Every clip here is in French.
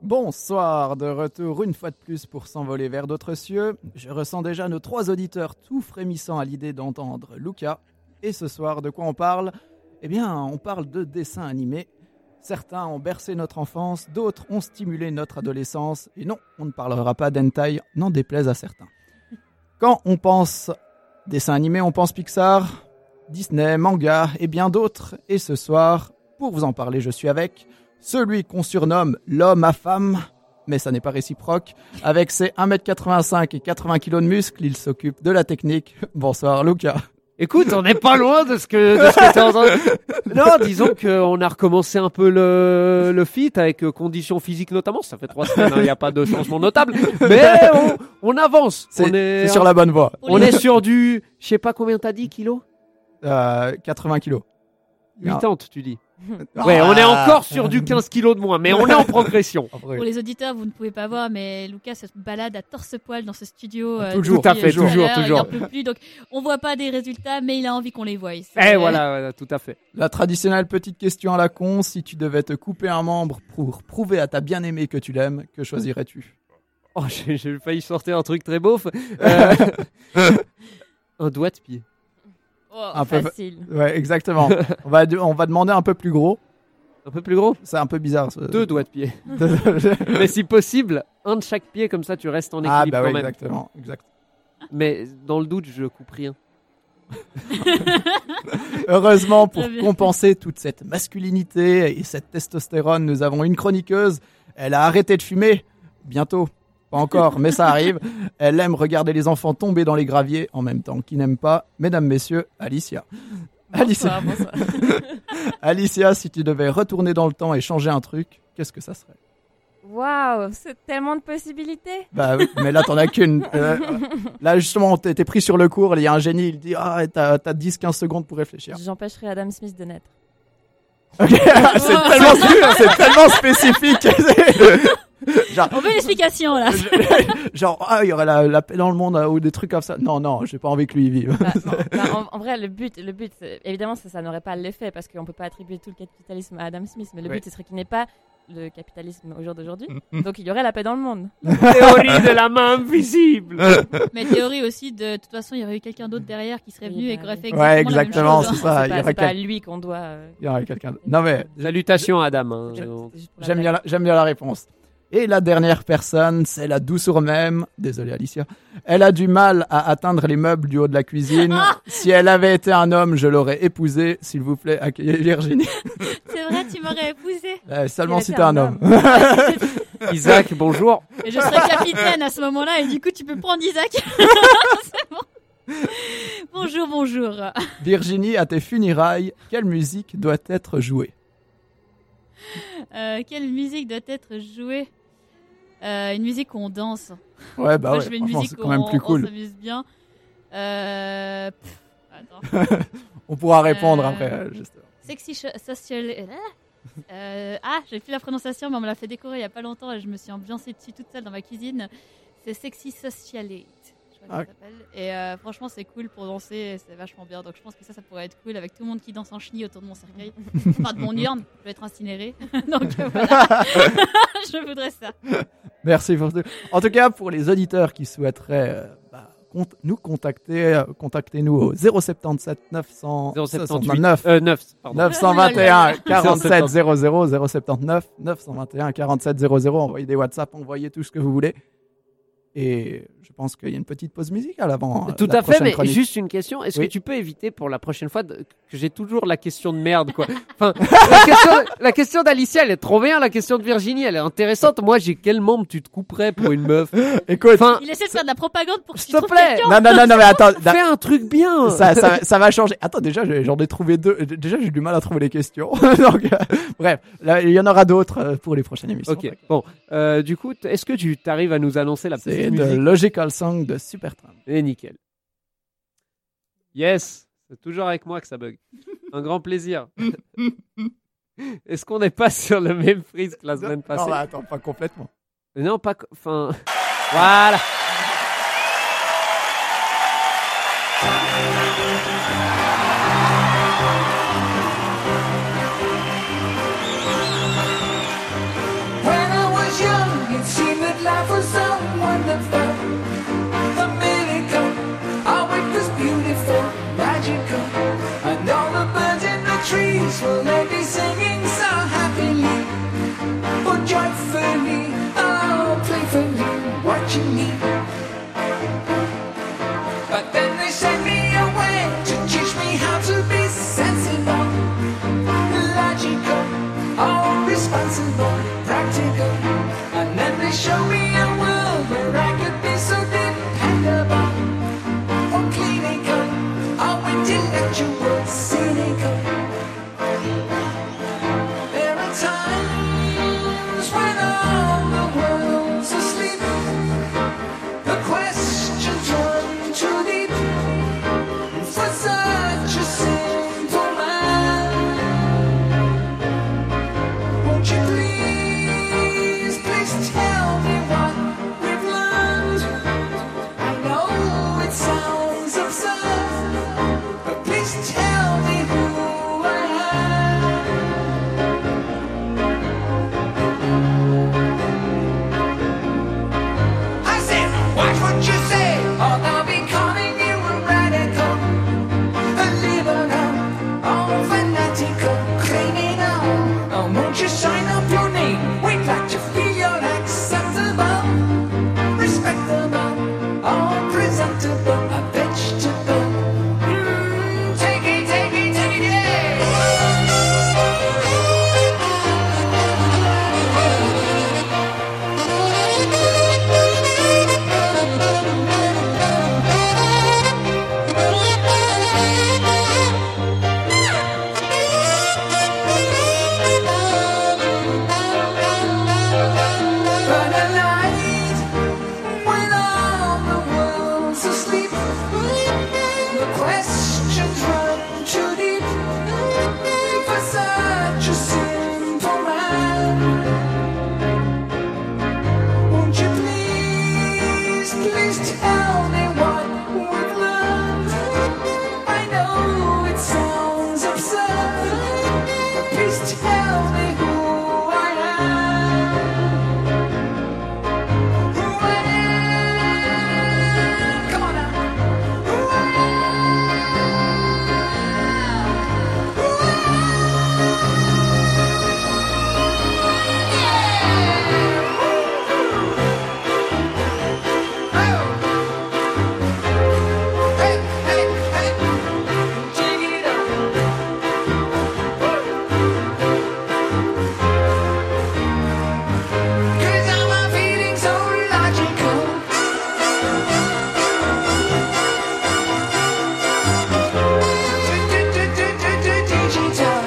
Bonsoir, de retour une fois de plus pour s'envoler vers d'autres cieux. Je ressens déjà nos 3 auditeurs tout frémissants à l'idée d'entendre Luca. Et ce soir, de quoi on parle ? Eh bien, on parle de dessins animés. Certains ont bercé notre enfance, d'autres ont stimulé notre adolescence. Et non, on ne parlera pas d'hentai, n'en déplaise à certains. Quand on pense dessins animés, on pense Pixar, Disney, manga et bien d'autres. Et ce soir, pour vous en parler, je suis avec celui qu'on surnomme l'homme à femme, mais ça n'est pas réciproque. Avec ses 1m85 et 80 kg de muscles, il s'occupe de la technique. Bonsoir Luca. Écoute, on n'est pas loin de ce que t'es en train de... Non, disons qu'on a recommencé un peu le feat avec conditions physiques notamment. Ça fait 3 semaines, il n'y a pas de changement notable. Mais on avance. C'est sur la bonne voie. On est sur du... Je sais pas combien t'as dit, kilos 80 kilos. 80, tu dis. Ouais, on est encore sur du 15 kilos de moins, mais on est en progression. Pour les auditeurs, vous ne pouvez pas voir, mais Lucas se balade à torse-poil dans ce studio. Tout à fait, toujours. Il n'en peut plus, donc on voit pas des résultats, mais il a envie qu'on les voie. Voilà, tout à fait. La traditionnelle petite question à la con, si tu devais te couper un membre pour prouver à ta bien-aimée que tu l'aimes, que choisirais-tu ? Oh, j'ai failli sortir un truc très beauf. Un doigt de pied. Oh, un facile. Ouais, exactement. on va demander un peu plus gros. Un peu plus gros ? C'est un peu bizarre. 2 doigts de pied. Mais si possible, un de chaque pied, comme ça tu restes en équilibre quand même. Exactement. Exact. Mais dans le doute, je coupe rien. Heureusement, pour compenser toute cette masculinité et cette testostérone, nous avons une chroniqueuse. Elle a arrêté de fumer. Bientôt. Pas encore, mais ça arrive. Elle aime regarder les enfants tomber dans les graviers en même temps qu'ils n'aiment pas. Mesdames, messieurs, Alicia. Bonsoir. Alicia, si tu devais retourner dans le temps et changer un truc, qu'est-ce que ça serait ? Waouh, c'est tellement de possibilités. Bah oui, mais là, t'en as qu'une. Là, justement, t'es pris sur le cours. Il y a un génie, il dit « Ah, t'as 10-15 secondes pour réfléchir. » J'empêcherai Adam Smith de naître. Okay. C'est tellement spécifique. Genre, on veut une explication là. Il y aurait la paix dans le monde ou des trucs comme ça. Non, j'ai pas envie que lui y vive. En vrai, le but, évidemment, ça n'aurait pas l'effet parce qu'on peut pas attribuer tout le capitalisme à Adam Smith. Mais le but, ce serait qu'il n'ait pas le capitalisme au jour d'aujourd'hui. Donc, il y aurait la paix dans le monde. Théorie de la main invisible. Mais théorie aussi, de toute façon, il y aurait eu quelqu'un d'autre derrière qui serait venu et qui aurait fait exactement la même chose. C'est ça. C'est pas à lui qu'on doit. Il y aurait quelqu'un d'autre. Non mais. Salutations Adam. Hein. J'aime bien la réponse. Et la dernière personne, c'est la douceur même. Désolé Alicia. Elle a du mal à atteindre les meubles du haut de la cuisine. Si elle avait été un homme, je l'aurais épousée. S'il vous plaît, accueillez Virginie. C'est vrai, tu m'aurais épousée. Seulement si t'es un homme. Isaac, bonjour. Et je serais capitaine à ce moment-là et du coup tu peux prendre Isaac. C'est bon. Bonjour. Virginie, à tes funérailles, quelle musique doit être jouée ? Quelle musique doit être jouée ? Une musique où on danse. Ouais, bah moi, ouais, je mets une musique c'est où quand même plus cool. On s'amuse bien. Attends. On pourra répondre après. Justement. Sexy social. J'ai plus la prononciation, mais on me l'a fait décorer il y a pas longtemps et je me suis ambiancée dessus toute seule dans ma cuisine. C'est Sexy Socialite. Ça s'appelle. Et franchement, c'est cool pour danser, c'est vachement bien. Donc je pense que ça pourrait être cool avec tout le monde qui danse en chenille autour de mon cercueil. Enfin, de mon urne, je vais être incinérée. Donc voilà, je voudrais ça. Merci pour tout. En tout cas, pour les auditeurs qui souhaiteraient nous contacter, contactez-nous au 077 969 921 47 00 079 921 47 00. Envoyez des WhatsApp, envoyez tout ce que vous voulez. Et je pense qu'il y a une petite pause musicale avant. Tout à fait, mais juste une question. Est-ce que tu peux éviter pour la prochaine fois que j'ai toujours la question de merde, quoi. Enfin, la question d'Alicia, elle est trop bien. La question de Virginie, elle est intéressante. Moi, j'ai quel membre tu te couperais pour une meuf? Écoute, il essaie de faire de la propagande pour que tu trouves quelqu'un. Non, mais attends. Fais un truc bien. Ça va changer. Attends, déjà, j'en ai trouvé 2. Déjà, j'ai du mal à trouver les questions. Donc, bref, là, il y en aura d'autres pour les prochaines émissions. Ok. Bon, du coup, est-ce que tu t'arrives à nous annoncer la petite musique de Logical Song de Supertramp. Et nickel. Yes, c'est toujours avec moi que ça bug. Un grand plaisir. Est-ce qu'on n'est pas sur le même freeze que la semaine passée? Non, attends, pas complètement. Non, pas... Enfin... Voilà. When I was young responsible, practical. And then they show me a world where I could be so dependable, or clinical, or intellectual, cynical. There are times when all the world's asleep. The questions run too deep for such a simple man. Won't you please, please tell me what we've learned? I know it sounds absurd, but please tell me who I am. I said, watch what you say, or they'll be calling you a radical, a liberal, or fanatical, criminal. Oh, won't you sign up your name? We'd like to feel you're acceptable, respectable, or presentable, a vegetable. Take it, yeah. But at night, when all the world's asleep, the questions run too deep for such a simple man. Won't you please, please tell me what we've learned? I know it sounds absurd, but please tell me who I am. Who I am. Come on now. Who I am. Who I am. Hey, hey, hey. Jig it up. Cause I'm feeling so logical. Digital.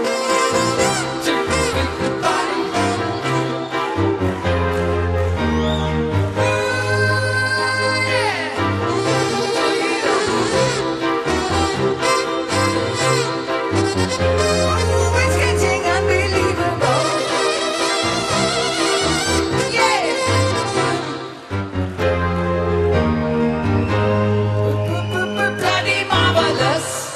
It's getting unbelievable. Bloody marvelous.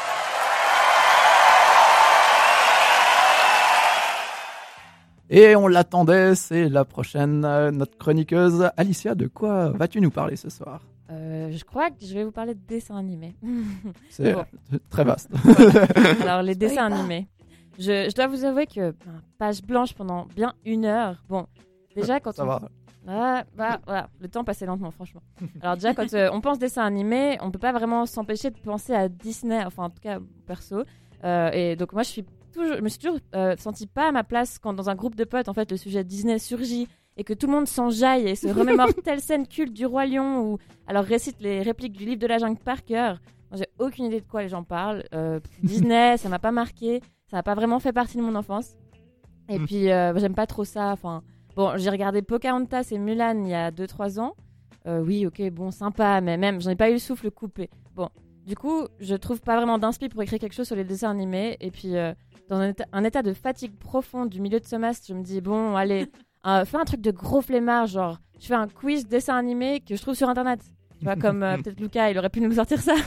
Et on l'attendait, c'est la prochaine, notre chroniqueuse. Alicia, de quoi vas-tu nous parler ce soir? Je crois que je vais vous parler de dessins animés. C'est Bon. très vaste. Alors, les dessins animés. Je dois vous avouer que page blanche pendant bien 1 heure. Bon, déjà quand Ça va. voilà, le temps passait lentement, franchement. Alors déjà, quand on pense dessin animé, on peut pas vraiment s'empêcher de penser à Disney, enfin en tout cas perso. Et donc moi, je me suis toujours sentie pas à ma place quand dans un groupe de potes, en fait, le sujet Disney surgit et que tout le monde s'enjaille et se remémore telle scène culte du Roi Lion ou alors récite les répliques du livre de la jungle par cœur. Moi, j'ai aucune idée de quoi les gens parlent. Disney, ça m'a pas marqué, ça n'a pas vraiment fait partie de mon enfance. Et puis, j'aime pas trop ça. Enfin, bon, j'ai regardé Pocahontas et Mulan il y a 2-3 ans. Oui, ok, bon, sympa, mais même, j'en ai pas eu le souffle coupé. Bon, du coup, je trouve pas vraiment d'inspi pour écrire quelque chose sur les dessins animés. Et puis, dans un état de fatigue profonde du milieu de semestre, je me dis, bon, allez, fais un truc de gros flemmard, genre, je fais un quiz dessin animé que je trouve sur Internet. Tu vois, comme peut-être Lucas, il aurait pu nous sortir ça.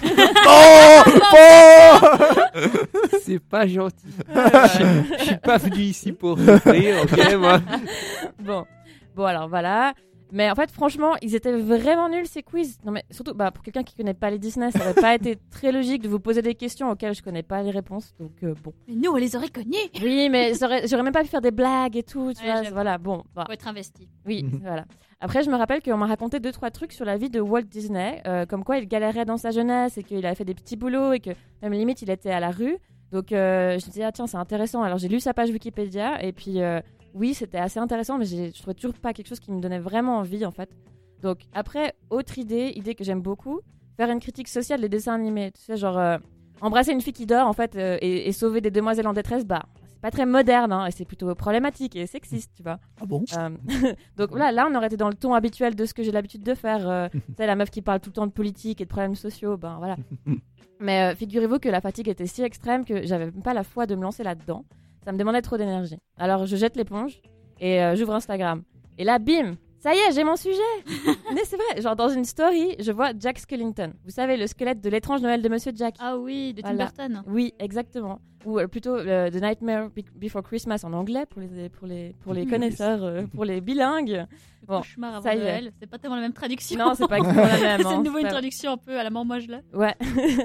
C'est pas gentil. Je suis pas venu ici pour souffrir, ok, moi. Bon, alors voilà. Mais en fait, franchement, ils étaient vraiment nuls ces quiz. Non, mais surtout, pour quelqu'un qui connaît pas les Disney, ça aurait pas été très logique de vous poser des questions auxquelles je connais pas les réponses. Donc bon. Mais nous, on les aurait connus. Oui, mais j'aurais même pas pu faire des blagues et tout. Tu vois, j'avoue. voilà. Bon. Bah. Faut être investi. Oui, voilà. Après, je me rappelle qu'on m'a raconté 2-3 trucs sur la vie de Walt Disney, comme quoi il galérait dans sa jeunesse et qu'il avait fait des petits boulots et que même limite il était à la rue. Donc je me disais, tiens, c'est intéressant. Alors j'ai lu sa page Wikipédia et puis oui, c'était assez intéressant, mais je trouvais toujours pas quelque chose qui me donnait vraiment envie en fait. Donc après, autre idée que j'aime beaucoup, faire une critique sociale des dessins animés. Tu sais, genre embrasser une fille qui dort en fait et sauver des demoiselles en détresse, bah c'est pas très moderne hein, et c'est plutôt problématique et sexiste, tu vois. Ah bon? Donc voilà, là on aurait été dans le ton habituel de ce que j'ai l'habitude de faire. Tu sais, la meuf qui parle tout le temps de politique et de problèmes sociaux, ben voilà. Mais figurez-vous que la fatigue était si extrême que j'avais même pas la foi de me lancer là-dedans. Ça me demandait trop d'énergie. Alors je jette l'éponge et j'ouvre Instagram. Et là, bim, ça y est, j'ai mon sujet. Mais c'est vrai, genre dans une story, je vois Jack Skellington. Vous savez, le squelette de l'étrange Noël de Monsieur Jack. Ah oui, de Tim Voilà. Burton. Oui, exactement. Ou plutôt The Nightmare Before Christmas en anglais pour les connaisseurs, pour les bilingues. Le Bon, cauchemar avant ça y est. Noël. C'est pas tellement la même traduction. Non, c'est pas exactement la même. C'est hein. de nouveau une C'est pas- traduction un peu à la mort moche là. Ouais.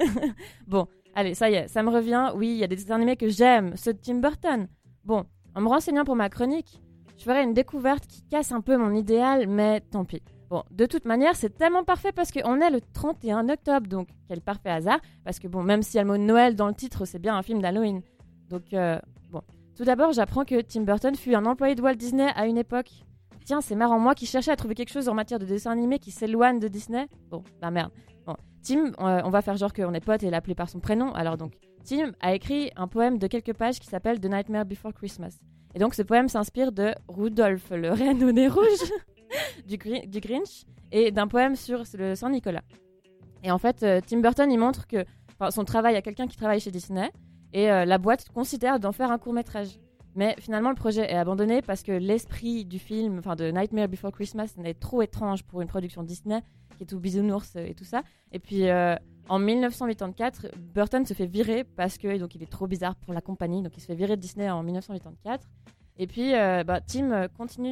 Bon, allez, ça y est, ça me revient. Oui, il y a des dessins animés que j'aime, ceux de Tim Burton. Bon, en me renseignant pour ma chronique, je ferai une découverte qui casse un peu mon idéal, mais tant pis. Bon, de toute manière, c'est tellement parfait parce qu'on est le 31 octobre, donc quel parfait hasard. Parce que bon, même s'il y a le mot Noël dans le titre, c'est bien un film d'Halloween. Donc, bon. Tout d'abord, j'apprends que Tim Burton fut un employé de Walt Disney à une époque. Tiens, c'est marrant, moi qui cherchais à trouver quelque chose en matière de dessin animé qui s'éloigne de Disney. Bon, bah merde. Bon, Tim, on va faire genre qu'on est potes et l'appeler par son prénom. Alors donc, Tim a écrit un poème de quelques pages qui s'appelle The Nightmare Before Christmas. Et donc, ce poème s'inspire de Rudolph, le renne au nez rouge du Grinch, et d'un poème sur le Saint-Nicolas. Et en fait, Tim Burton, il montre que son travail à quelqu'un qui travaille chez Disney, et la boîte considère d'en faire un court-métrage. Mais finalement, le projet est abandonné parce que l'esprit du film, enfin de Nightmare Before Christmas, est trop étrange pour une production Disney, qui est tout bisounours et tout ça. Et puis, en 1984, Burton se fait virer parce que donc il est trop bizarre pour la compagnie, donc il se fait virer de Disney en 1984. Et puis, Tim continue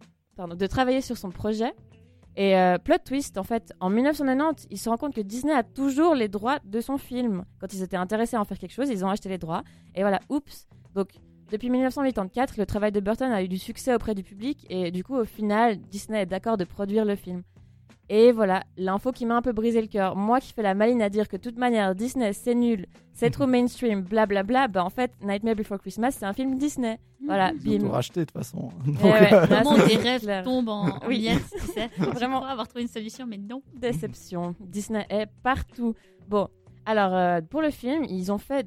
de travailler sur son projet. Et plot twist, en fait, en 1990, il se rend compte que Disney a toujours les droits de son film. Quand ils étaient intéressés à en faire quelque chose, ils ont acheté les droits. Et voilà, oups. Donc, depuis 1984, le travail de Burton a eu du succès auprès du public. Et du coup, au final, Disney est d'accord de produire le film. Et voilà, l'info qui m'a un peu brisé le cœur. Moi qui fais la maline à dire que de toute manière, Disney, c'est nul, c'est trop mainstream, blablabla. Bah en fait, Nightmare Before Christmas, c'est un film Disney. Voilà, Ils ont tout bim. racheté de toute façon. Eh ouais, là, Le monde c'est des rêves clair. tombe en Oui. miettes, tu sais. Vraiment. Tu crois avoir trouvé une solution, mais non. Déception. Disney est partout. Bon, alors pour le film, ils ont fait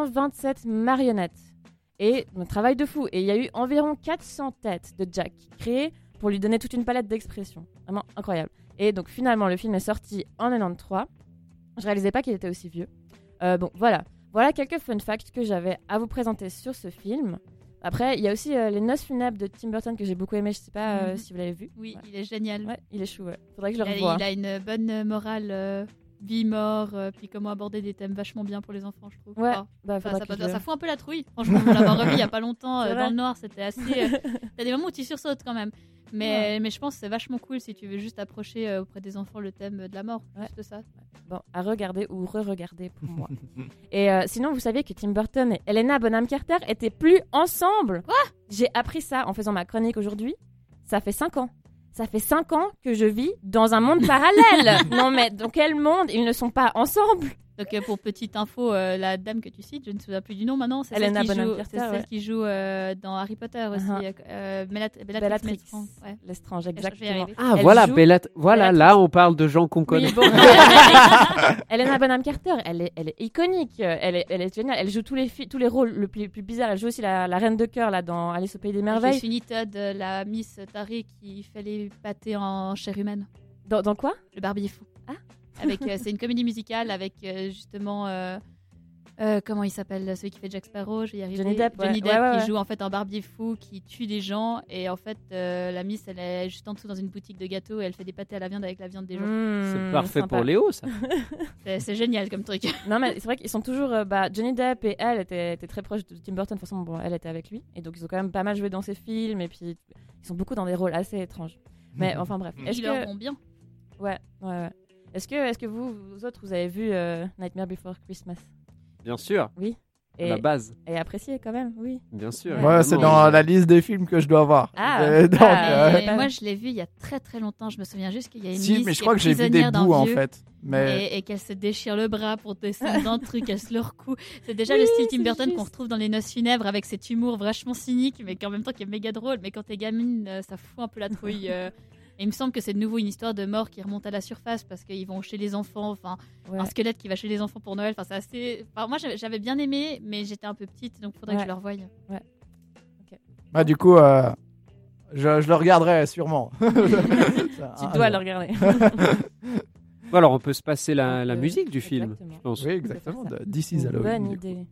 227 marionnettes. Et un travail de fou. Et il y a eu environ 400 têtes de Jack créées pour lui donner toute une palette d'expressions. Vraiment incroyable. Et donc finalement, le film est sorti en 93. Je réalisais pas qu'il était aussi vieux. Bon, voilà. Voilà quelques fun facts que j'avais à vous présenter sur ce film. Après, il y a aussi Les Noces funèbres de Tim Burton que j'ai beaucoup aimé. Je sais pas si vous l'avez vu. Oui, Ouais. il est génial. Ouais, il est chou. Ouais. Faudrait que je le Il revoie. a une bonne morale, vie-mort, puis comment aborder des thèmes vachement bien pour les enfants, je trouve. Ouais, Ah, bah, enfin, faudrait ça, que je le- ça fout un peu la trouille. Franchement, pour l'avoir revu il y a pas longtemps C'est dans vrai. le noir, c'était assez. T'as des moments où tu sursautes quand même. Mais je pense que c'est vachement cool si tu veux juste approcher auprès des enfants le thème de la mort. Ouais. Juste ça. Bon, à regarder ou re-regarder pour moi. Et sinon, vous saviez que Tim Burton et Helena Bonham Carter étaient plus ensemble. Quoi? J'ai appris ça en faisant ma chronique aujourd'hui. Ça fait 5 ans. Ça fait 5 ans que je vis dans un monde parallèle. Non mais dans quel monde ils ne sont pas ensemble? Donc pour petite info, la dame que tu cites, je ne me souviens plus du nom maintenant, c'est Helena celle qui Bonham joue, Carter, c'est celle ouais. qui joue dans Harry Potter aussi, Bellatrix. Lestrange, ouais. Lestrange, Je vais y exactement. arriver. Ah, Elle voilà, joue- voilà, là, on parle de gens qu'on connaît. Oui, bon. Helena Bonham Carter, elle est iconique. Elle est géniale. Elle joue tous les rôles le plus bizarres. Elle joue aussi la reine de cœur là dans Alice au pays des merveilles. Sweeney Todd, la Miss tarée qui fait les pâtés en chair humaine. Dans quoi? Le Barbie est fou. Ah. Avec, c'est une comédie musicale avec justement. Comment il s'appelle celui qui fait Jack Sparrow, je vais y arriver. Johnny Depp, ouais. Johnny Depp Ouais, ouais, qui ouais. joue en fait un barbier fou qui tue des gens et en fait la Miss elle est juste en dessous dans une boutique de gâteaux et elle fait des pâtés à la viande avec la viande des gens. C'est parfait sympa. pour Léo, ça. C'est génial comme truc. Non mais c'est vrai qu'ils sont toujours Johnny Depp et elle étaient très proches de Tim Burton. De toute façon, bon, elle était avec lui et donc ils ont quand même pas mal joué dans ses films et puis ils sont beaucoup dans des rôles assez étranges. Mais enfin bref. Est-ce Ils leur que vont bien. ouais. Est-ce que vous autres vous avez vu Nightmare Before Christmas? Bien sûr. La base, Et apprécié quand même, oui. bien sûr. Ouais, c'est évidemment. dans la liste des films que je dois voir. Ah, Donc, Mais moi, je l'ai vu il y a très très longtemps. Je me souviens juste qu'il y a une si, liste mais je qui crois est que j'ai vu des prisonnière d'un bouts en vieux fait. Mais et qu'elle se déchire le bras pour descendre dans le truc, elle se le recoue. C'est déjà le style Tim c'est Burton juste. qu'on retrouve dans Les Noces funèbres avec cet humour vachement cynique, mais qu'en même temps qui est méga drôle. Mais quand t'es gamine, ça fout un peu la trouille. Et il me semble que c'est de nouveau une histoire de mort qui remonte à la surface parce qu'ils vont chez les enfants. Enfin, Ouais. un squelette qui va chez les enfants pour Noël. Enfin, c'est assez. Enfin, moi, j'avais bien aimé, mais j'étais un peu petite, donc faudrait que Ouais. je le revoie. bah, du coup, je le regarderai sûrement. Tu dois le regarder. Bon, alors, on peut se passer la Donc, musique du film, exactement. je pense. Oui, exactement. On peut faire De This is Halloween. Bonne du coup. idée.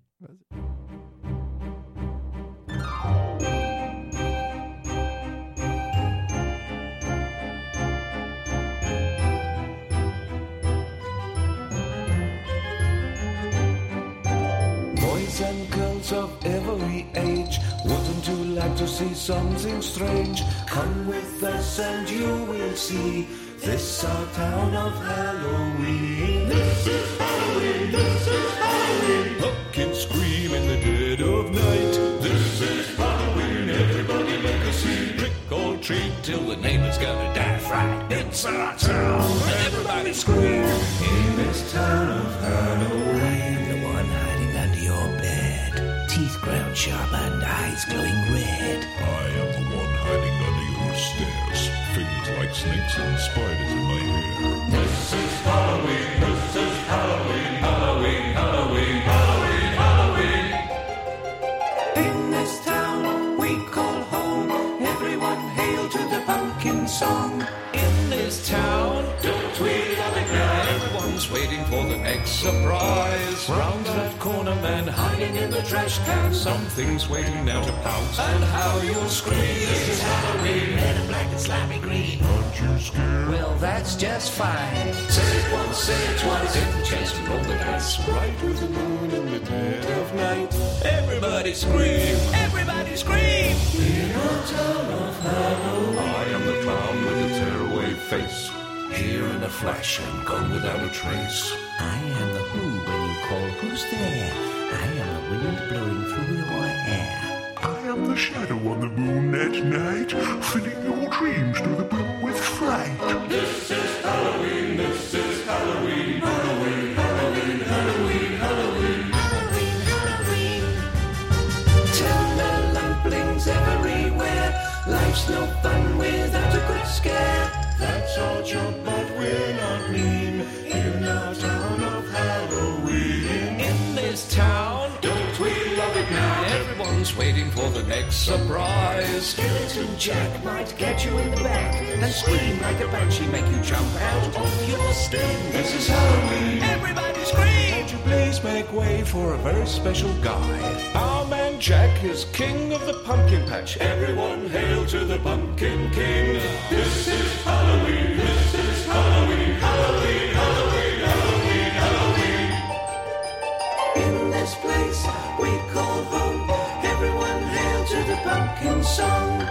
Boys and girls of every age, wouldn't you like to see something strange? Come with us and you will see this our town of Halloween. This is Halloween, this is Halloween. Pumpkin scream in the dead of night. This is Halloween, everybody make a scene. Trick or treat till the neighbor's gonna die fright. It's our town, everybody scream. In this town of Halloween. The one hiding under your bed, teeth ground sharp and eyes glowing red. I am the one hiding under your stairs. Fingers like snakes and spiders in my hair. This is Halloween, this is Halloween, Halloween, Halloween, Halloween, Halloween. In this town we call home, everyone hail to the pumpkin song. In this town, don't we love it now? Everyone's waiting for the next surprise. Round that corner, man hiding in the trash can. Something's waiting now to pounce. And how you'll scream. This is Halloween, red and black and slimy green. Aren't you scared? Well, that's just fine. Say it once, say it twice. Hit the chest and roll the dice. Right with the moon in the dead of night. Everybody scream, everybody scream. In our town of Halloween. I am the clown with the tearaway face. Here in a flash and gone without a trace. I am the who when you call who's there. I am the wind blowing through your hair. I am the shadow on the moon at night, filling your dreams to the brim with fright. This is Halloween, this is Halloween, Halloween, Halloween, Halloween, Halloween, Halloween, Halloween. Tell the lumplings everywhere, life's no fun without a good scare. That's our job, but we're not mean. In our town of Halloween. In this town, don't we love it now? Everyone's waiting for the next surprise. Skeleton Jack might get you in the back and scream like a banshee, make you jump out of your skin. This is Halloween. Everybody scream! Won't you please make way for a very special guy? Our man Jack is king of the pumpkin patch. Everyone hail to the pumpkin king. This is Halloween. This is Halloween. Halloween. Halloween. Halloween. Halloween. In this place we call home, everyone hail to the pumpkin song.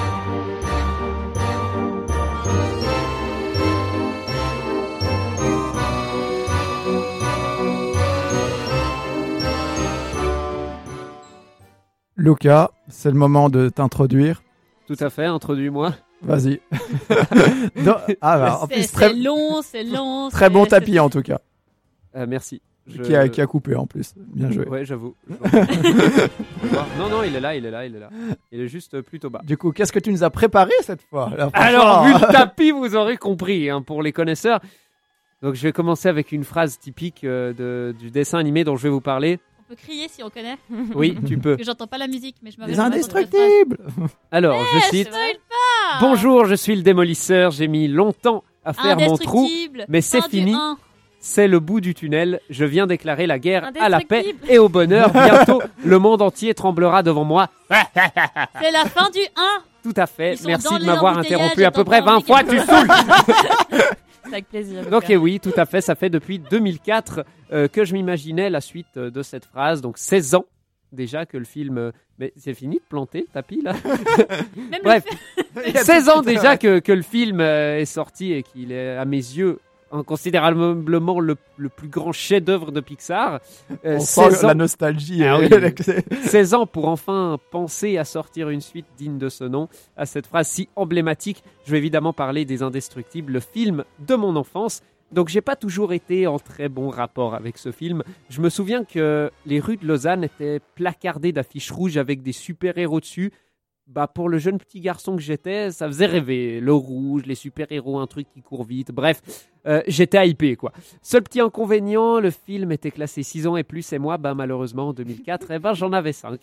Lucas, c'est le moment de t'introduire. Tout à fait, introduis-moi. Vas-y. En plus, C'est très, long, c'est long. très c'est- bon c'est- tapis en tout cas. Merci. Qui a coupé en plus. Bien joué. Ouais, j'avoue. Non, il est là. Il est juste plutôt bas. Du coup, qu'est-ce que tu nous as préparé cette fois? Là, Alors, vu franchement, le tapis, vous aurez compris, hein, pour les connaisseurs. Donc, je vais commencer avec une phrase typique du dessin animé dont je vais vous parler. On peut crier si on connaît. Oui, tu peux. Parce que j'entends pas la musique, mais je me Les rappelle pas cette phrase. indestructibles. Alors, je cite. Spoil pas. Bonjour, je suis le démolisseur. J'ai mis longtemps à faire mon trou, Indestructible. mais c'est Fin du fini. 1. C'est le bout du tunnel. Je viens déclarer la guerre à la paix Indestructible. et au bonheur. Bientôt, le monde entier tremblera devant moi. C'est la fin du 1. Tout à fait. Ils sont Merci dans de les m'avoir embouteillages, interrompu à peu près j'entends 20 fois. Tu saoules. C'est avec plaisir. Donc et oui, tout à fait, ça fait depuis 2004 que je m'imaginais la suite de cette phrase, donc 16 ans déjà que le film... Mais c'est fini de planter le tapis là. Même Bref, le fait- 16 ans déjà que le film est sorti et qu'il est à mes yeux considérablement le plus grand chef-d'œuvre de Pixar. On 16 sent ans, la nostalgie. Ah oui. avec- 16 ans pour enfin penser à sortir une suite digne de ce nom, à cette phrase si emblématique. Je vais évidemment parler des Indestructibles, le film de mon enfance. Donc j'ai pas toujours été en très bon rapport avec ce film. Je me souviens que les rues de Lausanne étaient placardées d'affiches rouges avec des super-héros dessus. Bah pour le jeune petit garçon que j'étais, ça faisait rêver. Le rouge, les super-héros, un truc qui court vite, bref, j'étais hypé quoi. Seul petit inconvénient, le film était classé 6 ans et plus et moi, bah malheureusement en 2004, j'en avais 5.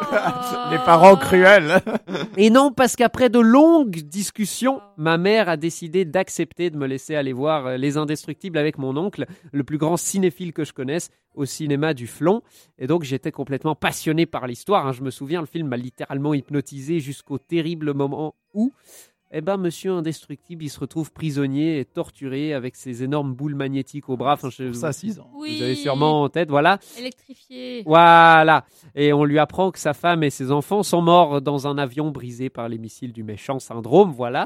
Les parents cruels. Et non, parce qu'après de longues discussions, ma mère a décidé d'accepter de me laisser aller voir Les Indestructibles avec mon oncle, le plus grand cinéphile que je connaisse, au cinéma du Flon. Et donc j'étais complètement passionné par l'histoire, hein. Je me souviens, le film m'a littéralement hypnotisé jusqu'au terrible moment où Monsieur Indestructible, il se retrouve prisonnier et torturé avec ses énormes boules magnétiques au bras. Enfin, Ça, 6 ans. Oui. vous avez sûrement en tête, voilà. Électrifié. Voilà. Et on lui apprend que sa femme et ses enfants sont morts dans un avion brisé par les missiles du méchant Syndrome, voilà.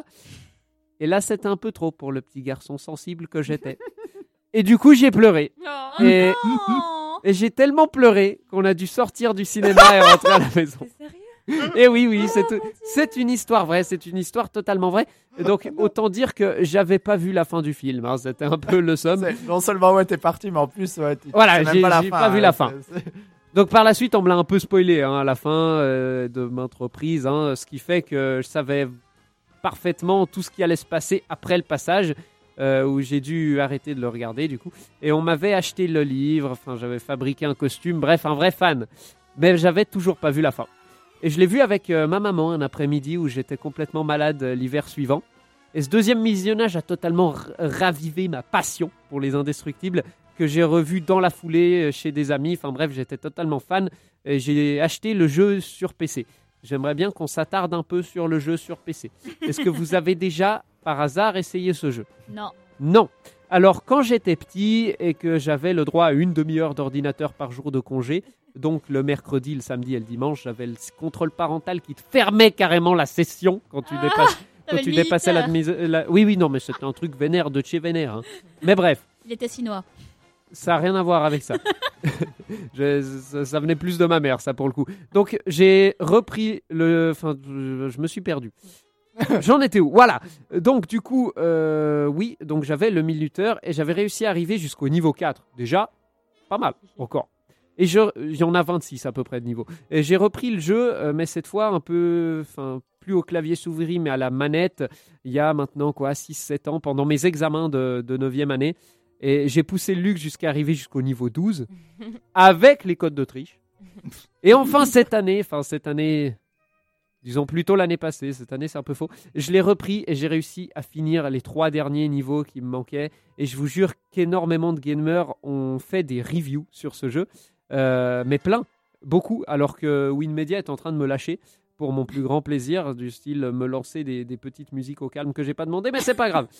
Et là, c'était un peu trop pour le petit garçon sensible que j'étais. Et du coup, j'ai pleuré. Oh, Et- non. Et j'ai tellement pleuré qu'on a dû sortir du cinéma et rentrer à la maison. C'est sérieux? Et oui, c'est une histoire vraie, c'est une histoire totalement vraie. Et donc, autant dire que j'avais pas vu la fin du film, hein. C'était un peu le somme. Non seulement ouais, t'es parti, mais en plus, ouais, Voilà, c'est même j'ai pas la j'ai fin, pas vu hein, la fin. c'est- Donc par la suite, on me l'a un peu spoilé hein, à la fin de maintes reprises, hein, ce qui fait que je savais parfaitement tout ce qui allait se passer après le passage, où j'ai dû arrêter de le regarder du coup. Et on m'avait acheté le livre, enfin j'avais fabriqué un costume, bref, un vrai fan. Mais j'avais toujours pas vu la fin. Et je l'ai vu avec ma maman un après-midi où j'étais complètement malade l'hiver suivant. Et ce deuxième visionnage a totalement ravivé ma passion pour les Indestructibles, que j'ai revu dans la foulée chez des amis. Enfin bref, j'étais totalement fan. Et j'ai acheté le jeu sur PC. J'aimerais bien qu'on s'attarde un peu sur le jeu sur PC. Est-ce que vous avez déjà, par hasard, essayé ce jeu ? Non. Non. Alors, quand j'étais petit et que j'avais le droit à une demi-heure d'ordinateur par jour de congé, donc le mercredi, le samedi et le dimanche, j'avais le contrôle parental qui te fermait carrément la session quand tu dépasses. Quand t'avais tu le dépassais minuteur. Oui, non, mais c'était un truc vénère de chez vénère. Hein. Mais bref, Il était chinois. ça n'a rien à voir avec ça. Ça venait plus de ma mère, ça, pour le coup. Donc, j'ai repris le... Enfin, je me suis perdu. J'en étais où ? Voilà. Donc, du coup, oui, donc j'avais le minuteur et j'avais réussi à arriver jusqu'au niveau 4. Déjà, pas mal, encore. Et il y en a 26 à peu près de niveau. Et j'ai repris le jeu, mais cette fois un peu... Enfin, plus au clavier souris, mais à la manette, il y a maintenant, 6-7 ans, pendant mes examens de 9e année. Et j'ai poussé le luxe jusqu'à arriver jusqu'au niveau 12, avec les codes d'Autriche. Et enfin, cette année, disons plutôt l'année passée, cette année c'est un peu faux, je l'ai repris et j'ai réussi à finir les 3 derniers niveaux qui me manquaient. Et je vous jure qu'énormément de gamers ont fait des reviews sur ce jeu, mais plein, beaucoup, alors que Winmedia est en train de me lâcher pour mon plus grand plaisir, du style me lancer des petites musiques au calme que j'ai pas demandé, mais c'est pas grave.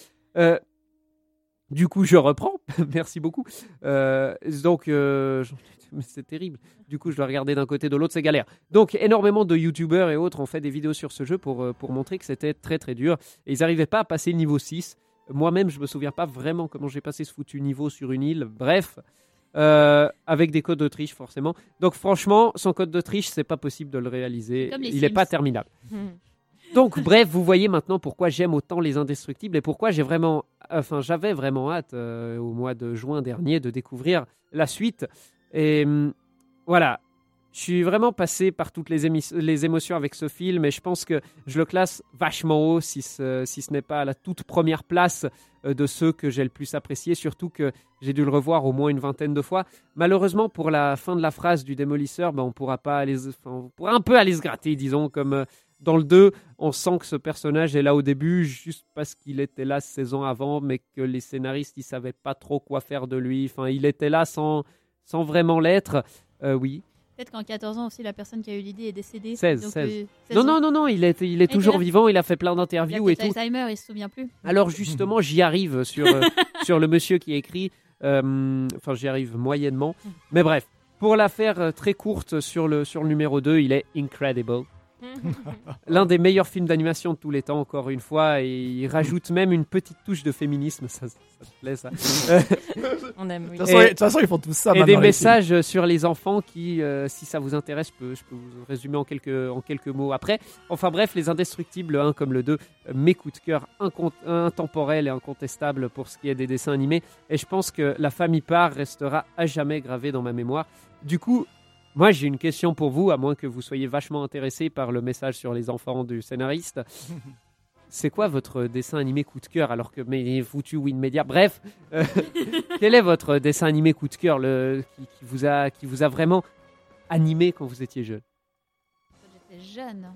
Du coup, je reprends. Merci beaucoup. Donc, c'est terrible. Du coup, je dois regarder d'un côté de l'autre, c'est galère. Donc, énormément de youtubeurs et autres ont fait des vidéos sur ce jeu pour montrer que c'était très très dur. Et ils n'arrivaient pas à passer le niveau 6. Moi-même, je me souviens pas vraiment comment j'ai passé ce foutu niveau sur une île. Bref, avec des codes d'Autriche, forcément. Donc, franchement, sans code d'Autriche, c'est pas possible de le réaliser. Comme les Il n'est Sims. pas terminable. Donc, bref, vous voyez maintenant pourquoi j'aime autant les Indestructibles et pourquoi j'avais vraiment hâte au mois de juin dernier de découvrir la suite. Et voilà, je suis vraiment passé par toutes les émotions avec ce film et je pense que je le classe vachement haut, si ce n'est pas à la toute première place de ceux que j'ai le plus apprécié, surtout que j'ai dû le revoir au moins une vingtaine de fois. Malheureusement, pour la fin de la phrase du démolisseur, on pourra un peu aller se gratter, disons, comme... Dans le 2, on sent que ce personnage est là au début juste parce qu'il était là 16 ans avant, mais que les scénaristes, ils savaient pas trop quoi faire de lui. Enfin, il était là sans vraiment l'être. Oui. Peut-être qu'en 14 ans aussi, la personne qui a eu l'idée est décédée. 16, Donc, 16. 16 ans. Non, il est toujours vivant, il a fait plein Il a d'interviews et peut-être tout. Alzheimer, il se souvient plus. Alors justement, j'y arrive sur le monsieur qui écrit. Enfin, j'y arrive moyennement. Mais bref, pour la faire très courte sur le numéro 2, il est incredible. L'un des meilleurs films d'animation de tous les temps, encore une fois, et il rajoute même une petite touche de féminisme. Ça te plaît, ça? On aime, oui. De toute façon, ils font tout ça Et maintenant, des les messages sur les enfants qui, si ça vous intéresse, je peux vous résumer en quelques mots après. Enfin bref, les Indestructibles, le 1 comme le 2, mes coups de cœur intemporels et incontestables pour ce qui est des dessins animés. Et je pense que La Famille Part restera à jamais gravée dans ma mémoire. Du coup, moi j'ai une question pour vous, à moins que vous soyez vachement intéressé par le message sur les enfants du scénariste. C'est quoi votre dessin animé coup de cœur alors que mais foutu Win Media. Bref, quel est votre dessin animé coup de cœur qui vous a vraiment animé quand vous étiez jeune? Quand j'étais jeune.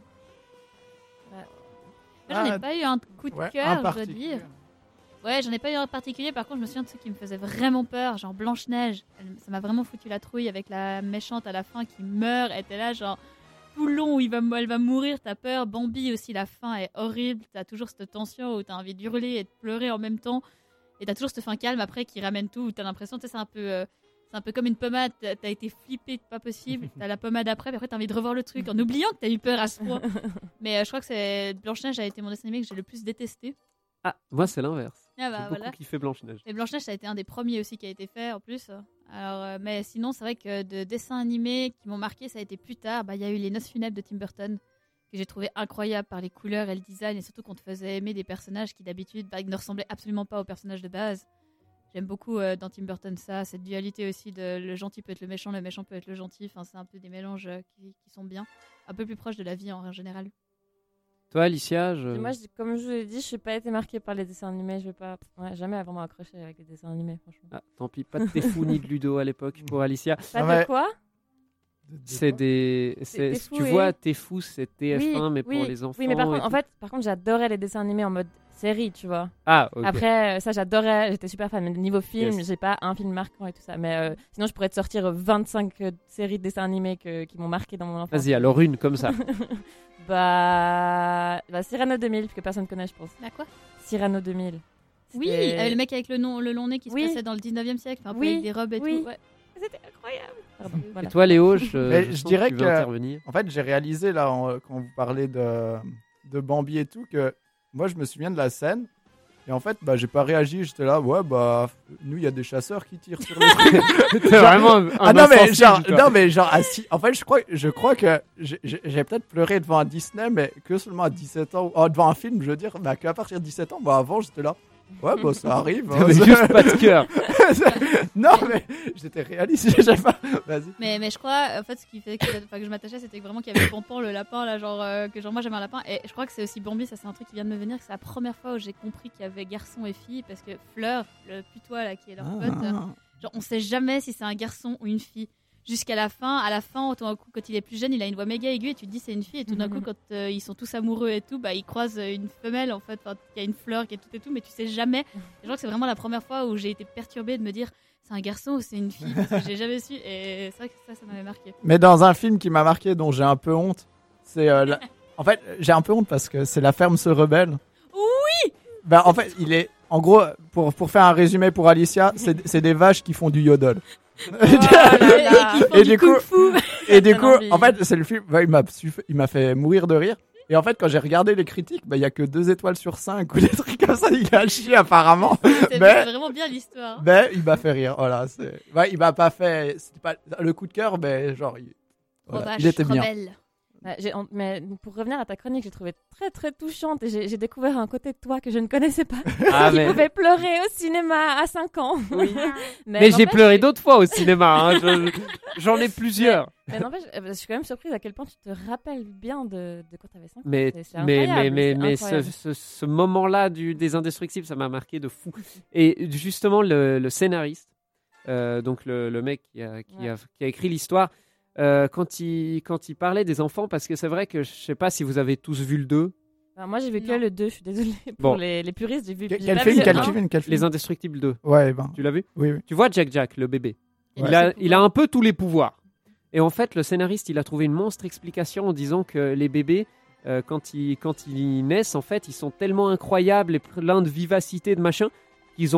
Moi, j'en ai pas eu un coup de Ouais, un cœur, je dois particulier. dire. Ouais, j'en ai pas eu un particulier. Par contre, je me souviens de ceux qui me faisaient vraiment peur, genre Blanche-Neige. Ça m'a vraiment foutu la trouille avec la méchante à la fin qui meurt. Elle était là, genre tout le long où elle va mourir, t'as peur. Bambi aussi, la fin est horrible. T'as toujours cette tension où t'as envie d'hurler et de pleurer en même temps. Et t'as toujours cette fin calme après qui ramène tout. Où t'as l'impression, tu sais, c'est un peu comme une pommade. T'as été flippé, pas possible. T'as la pommade après, puis après t'as envie de revoir le truc en oubliant que t'as eu peur à ce point. Mais je crois que c'est Blanche-Neige a été mon dessin animé que j'ai le plus détesté. Ah, moi c'est l'inverse. Ah bah J'ai beaucoup voilà. kiffé Blanche-Neige. Et Blanche-Neige, ça a été un des premiers aussi qui a été fait en plus. Alors, mais sinon, c'est vrai que de dessins animés qui m'ont marqué, ça a été plus tard. Il y a eu Les Noces funèbres de Tim Burton, que j'ai trouvé incroyable par les couleurs et le design, et surtout qu'on te faisait aimer des personnages qui d'habitude ne ressemblaient absolument pas aux personnages de base. J'aime beaucoup dans Tim Burton ça, cette dualité aussi de le gentil peut être le méchant peut être le gentil. Enfin, c'est un peu des mélanges qui sont bien, un peu plus proches de la vie en général. Toi, Alicia, Moi, comme je vous l'ai dit, je n'ai pas été marquée par les dessins animés. Je vais pas, jamais vraiment accroché avec les dessins animés, franchement. Ah, tant pis, pas de Tefou ni de Ludo à l'époque pour Alicia. Pas Ouais. de quoi? C'est des. Tefou, Tu oui. vois, Tefou, c'est TF1, Oui, mais pour oui, les enfants. Oui, mais par et contre, tout. par contre, j'adorais les dessins animés en mode série, tu vois. Ah, ok. Après, ça, j'adorais. J'étais super fan. Mais niveau film, Yes. j'ai pas un film marquant et tout ça. Mais sinon, je pourrais te sortir 25 séries de dessins animés qui m'ont marqué dans mon enfance. Vas-y, alors une comme ça. Cyrano 2000, que personne connaît, je pense. Là quoi? Cyrano 2000. Oui, C'était- le mec avec le long nez qui se Oui. passait dans le 19e siècle, un peu Oui, avec des robes et oui. tout. Ouais. C'était incroyable. Pardon, Et voilà. toi, Léo, Mais je sens dirais tu veux que- intervenir. En fait, j'ai réalisé là, quand vous parlez de Bambi et tout, que moi, je me souviens de la scène. Et en fait, j'ai pas réagi. J'étais là, ouais, nous, il y a des chasseurs qui tirent sur les trucs. T'es vraiment un Ah non, mais insensible, toi. en fait, je crois que j'ai peut-être pleuré devant un Disney, mais que seulement à 17 ans. Devant un film, je veux dire, qu'à partir de 17 ans, avant, j'étais là. Ouais, ça arrive. T'avais juste pas de cœur. Non, mais j'étais réaliste. J'ai pas. Vas-y. Mais je crois, en fait, ce qui fait que je m'attachais, c'était vraiment qu'il y avait Pampan, le lapin, là, que moi j'aimais un lapin. Et je crois que c'est aussi Bambi, ça c'est un truc qui vient de me venir, que c'est la première fois où j'ai compris qu'il y avait garçon et fille, parce que Fleur, le putois là, qui est leur pote, genre on sait jamais si c'est un garçon ou une fille. Jusqu'à la fin, tout d'un coup, quand il est plus jeune, il a une voix méga aiguë et tu te dis c'est une fille. Et tout d'un coup, quand ils sont tous amoureux et tout, ils croisent une femelle en fait, qui a une fleur, qui est tout et tout, mais tu sais jamais. Et je crois que c'est vraiment la première fois où j'ai été perturbée de me dire c'est un garçon ou c'est une fille, parce que j'ai jamais su. Et c'est vrai que ça m'avait marqué. Mais dans un film qui m'a marqué, dont j'ai un peu honte, c'est. En fait, j'ai un peu honte parce que c'est La Ferme se rebelle. Oui. En fait, il est. En gros, pour faire un résumé pour Alicia, c'est des vaches qui font du yodel. Oh là là. Et du coup, Kung-fu. du Ça coup, l'envie. en fait, c'est le film. Il m'a fait mourir de rire. Et en fait, quand j'ai regardé les critiques, il y a que 2 étoiles sur 5 ou des trucs comme ça. Il a chié apparemment. C'est Mais- vraiment bien l'histoire. Mais il m'a fait rire. Voilà, il m'a pas fait. C'était pas le coup de cœur, mais genre, il était bien. Rebelle. Mais pour revenir à ta chronique, j'ai trouvé très très touchante et j'ai découvert un côté de toi que je ne connaissais pas. Ah, Qui mais pouvait pleurer au cinéma à 5 ans. Oui. mais mais j'ai n'empêche- pleuré d'autres fois au cinéma. hein. J'en ai plusieurs. Mais n'empêche, je suis quand même surprise à quel point tu te rappelles bien de quand tu avais 5 ans. Mais C'est mais incroyable, c'est ce, incroyable. ce moment-là des Indestructibles, ça m'a marqué de fou. Et justement, le scénariste, donc le mec qui a écrit l'histoire, quand il parlait des enfants, parce que c'est vrai que je sais pas si vous avez tous vu le 2, Enfin, moi j'ai vu que Non. le 2, je suis désolée. Pour Bon. les puristes, j'ai vu. j'ai Quel pas film, vu le quel 1. film, quel film Les Indestructibles 2. Ouais, Tu l'as vu? oui, oui. Tu vois Jack, le bébé. Ouais. Il a un peu tous les pouvoirs. Et en fait, le scénariste, il a trouvé une monstre explication en disant que les bébés, quand ils naissent, en fait, ils sont tellement incroyables et pleins de vivacité, de machin, qu'ils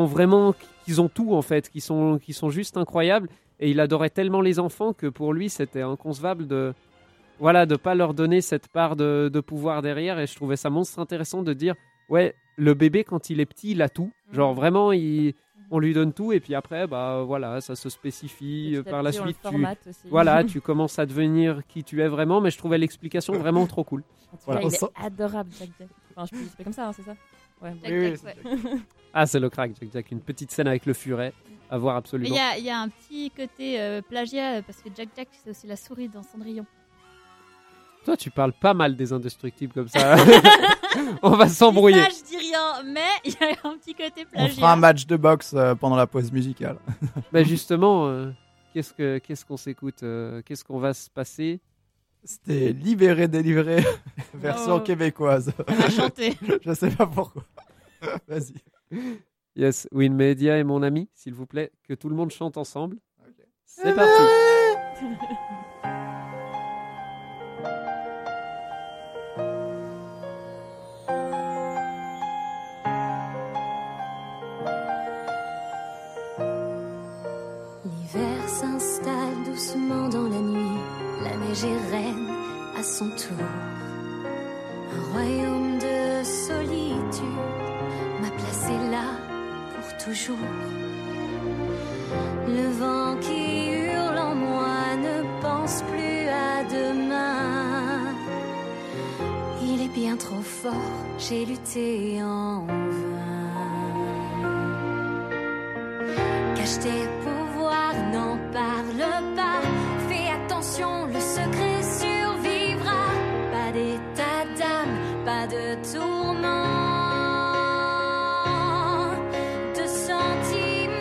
ont tout, en fait, qu'ils sont juste incroyables. Et il adorait tellement les enfants que pour lui, c'était inconcevable de Voilà, de pas leur donner cette part de pouvoir derrière. Et je trouvais ça monstre intéressant de dire, ouais, le bébé, quand il est petit, il a tout. Genre vraiment, on lui donne tout. Et puis après, bah voilà, ça se spécifie. Petit à Par la petit, on le suite, formate aussi. voilà, tu commences à devenir qui tu es vraiment. Mais je trouvais l'explication vraiment trop cool. En tout Voilà, cas, on il sent- est adorable, Jack Jack. Enfin, je peux l'appeler comme ça, hein, c'est ça? Ouais. Jack Oui, Jack, oui, ouais. Ah, c'est le crack, Jack Jack. Une petite scène avec le furet à voir Mais absolument. il y a un petit côté plagiat parce que Jack Jack, c'est aussi la souris dans Cendrillon. Toi, tu parles pas mal des Indestructibles comme ça. On va s'embrouiller. Ça, je dis rien, mais il y a un petit côté On fera un plagiat. match de boxe pendant la pause musicale. Mais justement, qu'est-ce qu'on s'écoute Qu'est-ce qu'on va se passer C'était Libéré, délivré, version Oh. québécoise. On a chanté. Je sais pas pourquoi. Vas-y. Yes, Winmedia est mon ami, s'il vous plaît, que tout le monde chante ensemble. Ok. C'est parti. L'hiver s'installe doucement dans la nuit, la neige est reine à son tour. Un royaume de solitude m'a placé là pour toujours. Le vent qui hurle en moi ne pense plus à demain. Il est bien trop fort, j'ai lutté en vain. Cache tes pouvoirs, n'en parle pas. Fais attention, le secret survivra. Pas d'état d'âme, pas de tourment, de sentiments.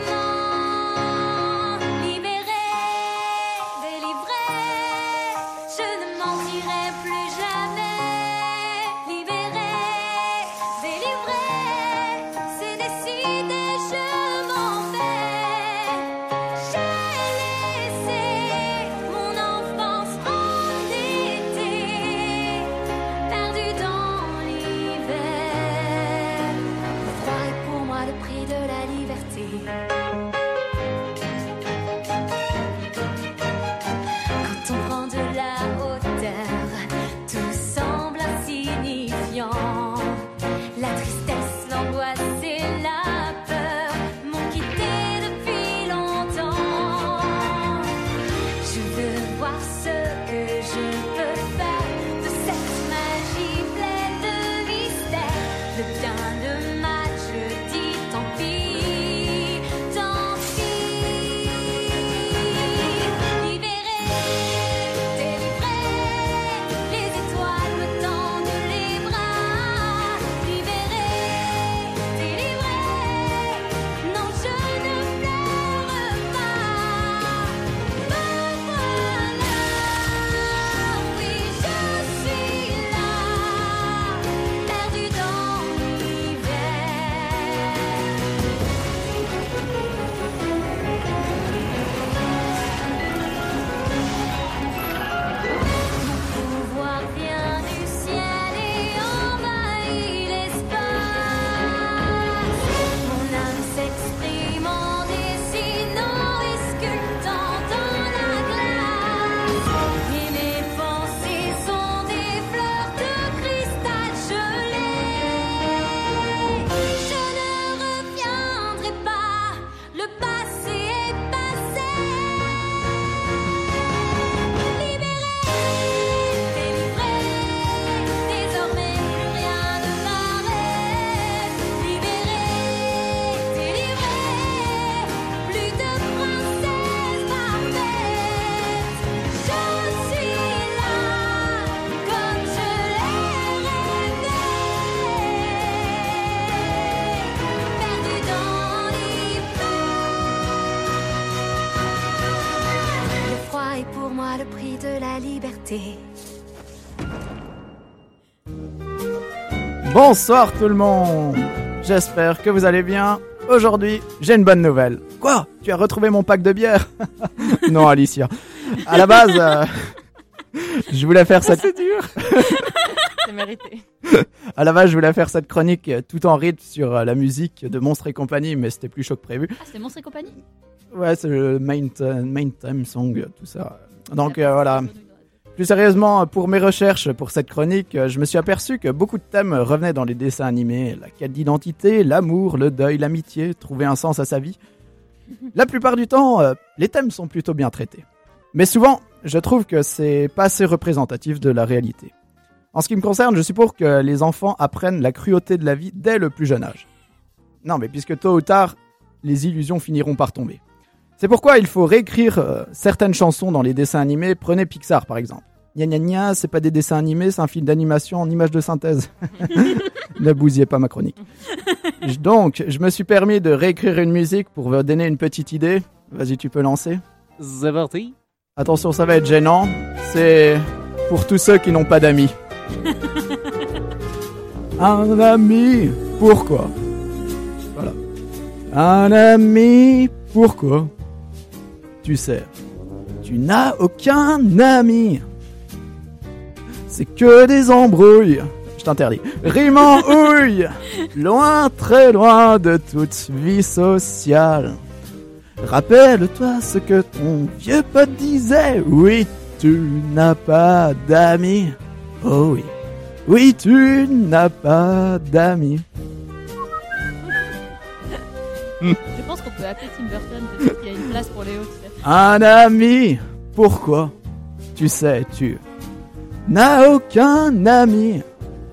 Libéré, délivré, je ne mentirai plus jamais. Libéré, délivré, c'est décidé, je m'en vais. J'ai laissé mon enfance en été, perdue dans l'hiver. Le froid est pour moi le prix de la liberté. Quand on prend de la hauteur, tout semble insignifiant. La tristesse, l'angoisse et la peur m'ont quitté depuis longtemps. Je veux voir ce que je peux faire de cette magie pleine de mystère. Le bien, le mal, je dis tant pis, tant pis. Libéré, délivré, les étoiles me tendent les bras. Libéré, délivré, non je ne pleure pas. Me voilà, oui je suis là, perdue dans l'hiver. Mon pouvoir vient du ciel et envahit l'espace. Mon âme s'exprime en dessinant et sculptant dans la glace. Et mes pensées sont des fleurs de cristal gelé. Je ne reviendrai pas, le passé est passé. Libéré, délivré, désormais plus rien ne m'arrête. Libéré, délivré, plus de princesse parfaite. Je suis là, comme je l'ai rêvé, perdue dans l'hiver. Le froid est pour moi le prix de la liberté. Bonsoir tout le monde. J'espère que vous allez bien. Aujourd'hui, j'ai une bonne nouvelle. Quoi? Tu as retrouvé mon pack de bière? Non, Alicia. À la base, je voulais faire cette... C'est dur. C'est mérité. À la base, je voulais faire cette chronique tout en rythme sur la musique de Monstres et compagnie, mais c'était plus chaud que prévu. Ah, c'était Monstres et compagnie. Ouais, c'est le main theme song, tout ça. Donc voilà, Plus sérieusement, pour mes recherches pour cette chronique, je me suis aperçu que beaucoup de thèmes revenaient dans les dessins animés. La quête d'identité, l'amour, le deuil, l'amitié, trouver un sens à sa vie. La plupart du temps, les thèmes sont plutôt bien traités. Mais souvent, je trouve que c'est pas assez représentatif de la réalité. En ce qui me concerne, je suis pour que les enfants apprennent la cruauté de la vie dès le plus jeune âge. Non, mais puisque tôt ou tard, les illusions finiront par tomber. C'est pourquoi il faut réécrire certaines chansons dans les dessins animés. Prenez Pixar par exemple. Gna gna gna, c'est pas des dessins animés, c'est un film d'animation en images de synthèse. Ne bousillez pas ma chronique. Donc, je me suis permis de réécrire une musique pour vous donner une petite idée. Vas-y, tu peux lancer. C'est parti. Attention, ça va être gênant. C'est pour tous ceux qui n'ont pas d'amis. Un ami, pourquoi? Voilà. Un ami, pourquoi? Tu sais, tu n'as aucun ami. C'est que des embrouilles. Je t'interdis. Rime en houille. Loin, très loin de toute vie sociale. Rappelle-toi ce que ton vieux pote disait. Oui, tu n'as pas d'amis. Oh oui. Oui, tu n'as pas d'amis. Je pense qu'on peut appeler Tim Burton, peut-être qu'il y a une place pour Léo, tu sais. Un ami. Pourquoi? Tu sais, tu n'as aucun ami.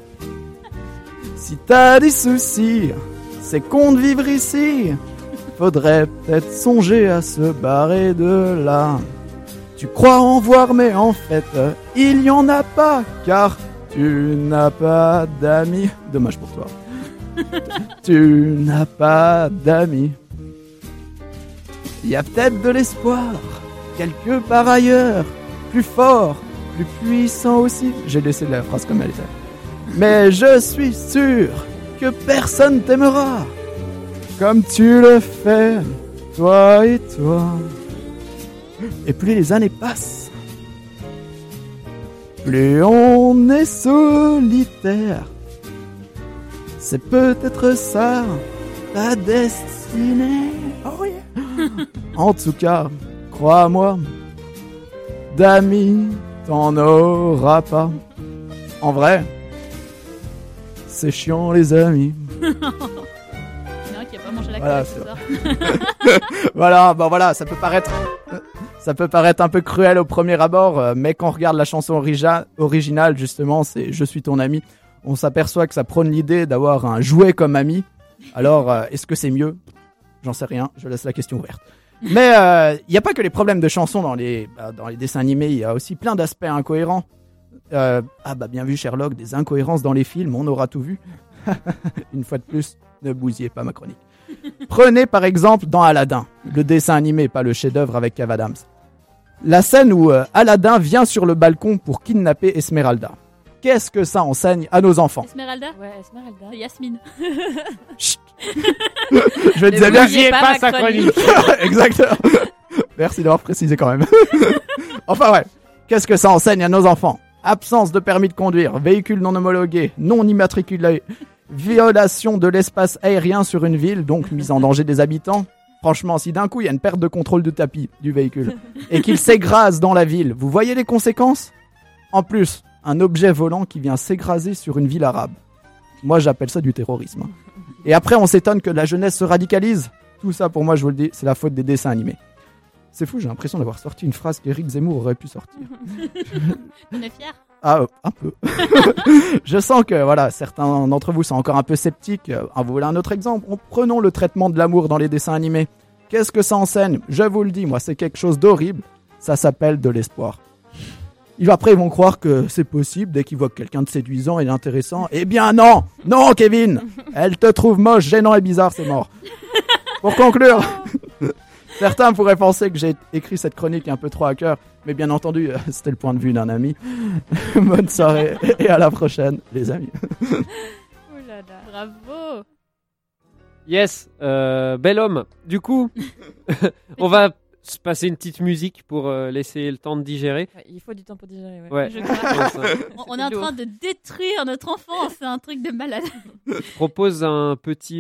Si t'as des soucis, c'est con de vivre ici. Faudrait peut-être songer à se barrer de là. Tu crois en voir, mais en fait, il y en a pas, car tu n'as pas d'amis. Dommage pour toi. Tu n'as pas d'amis. Il y a peut-être de l'espoir, quelque part ailleurs, plus fort, plus puissant aussi. J'ai laissé la phrase comme elle était. Mais je suis sûr que personne t'aimera comme tu le fais, toi et toi. Et plus les années passent, plus on est solitaire. C'est peut-être ça, ta destinée. Oh yeah. En tout cas, crois-moi, d'amis, t'en auras pas. En vrai, c'est chiant les amis. Il y en a un qui a pas mangé la Voilà, crème, c'est c'est ça. Voilà, bon voilà, ça peut paraître un peu cruel au premier abord, mais quand on regarde la chanson originale, justement, c'est Je suis ton ami, on s'aperçoit que ça prône l'idée d'avoir un jouet comme ami. Alors, est-ce que c'est mieux? J'en sais rien, je laisse la question ouverte. Mais il n'y a pas que les problèmes de chansons dans les dessins animés, il y a aussi plein d'aspects incohérents. Bien vu Sherlock, des incohérences dans les films, on aura tout vu. Une fois de plus, ne bousillez pas ma chronique. Prenez par exemple dans Aladdin, le dessin animé, pas le chef-d'œuvre avec Kev Adams. La scène où Aladdin vient sur le balcon pour kidnapper Esmeralda. Qu'est-ce que ça enseigne à nos enfants? Esmeralda? Ouais, Esmeralda. C'est Yasmine. Chut. Je me disais bien. N'oubliez pas sa chronique. Exactement. Merci d'avoir précisé quand même. Enfin ouais, qu'est-ce que ça enseigne à nos enfants? Absence de permis de conduire, véhicule non homologué, non immatriculé, violation de l'espace aérien sur une ville, donc mise en danger des habitants. Franchement, si d'un coup il y a une perte de contrôle de tapis du véhicule et qu'il s'écrase dans la ville, vous voyez les conséquences? En plus, un objet volant qui vient s'écraser sur une ville arabe. Moi j'appelle ça du terrorisme. Et après on s'étonne que la jeunesse se radicalise. Tout ça pour moi, je vous le dis, c'est la faute des dessins animés. C'est fou, j'ai l'impression d'avoir sorti une phrase qu'Éric Zemmour aurait pu sortir. On est fiers. Ah, un peu. Je sens que voilà, certains d'entre vous sont encore un peu sceptiques. Vous voulez un autre exemple? Prenons le traitement de l'amour dans les dessins animés. Qu'est-ce que ça enseigne? Je vous le dis, moi, c'est quelque chose d'horrible. Ça s'appelle de l'espoir. Après, ils vont croire que c'est possible dès qu'ils voient quelqu'un de séduisant et d'intéressant. Eh bien non! Non, Kevin! Elle te trouve moche, gênant et bizarre, c'est mort. Pour conclure, certains pourraient penser que j'ai écrit cette chronique un peu trop à cœur, mais bien entendu, c'était le point de vue d'un ami. Bonne soirée et à la prochaine, les amis. Ouh là là. Bravo. Yes, bel homme. Du coup, on va se passer une petite musique pour laisser le temps de digérer. Ouais, il faut du temps pour digérer. Ouais. Ouais. Je crois. Je On est en train de détruire notre enfance, c'est un truc de malade. propose un petit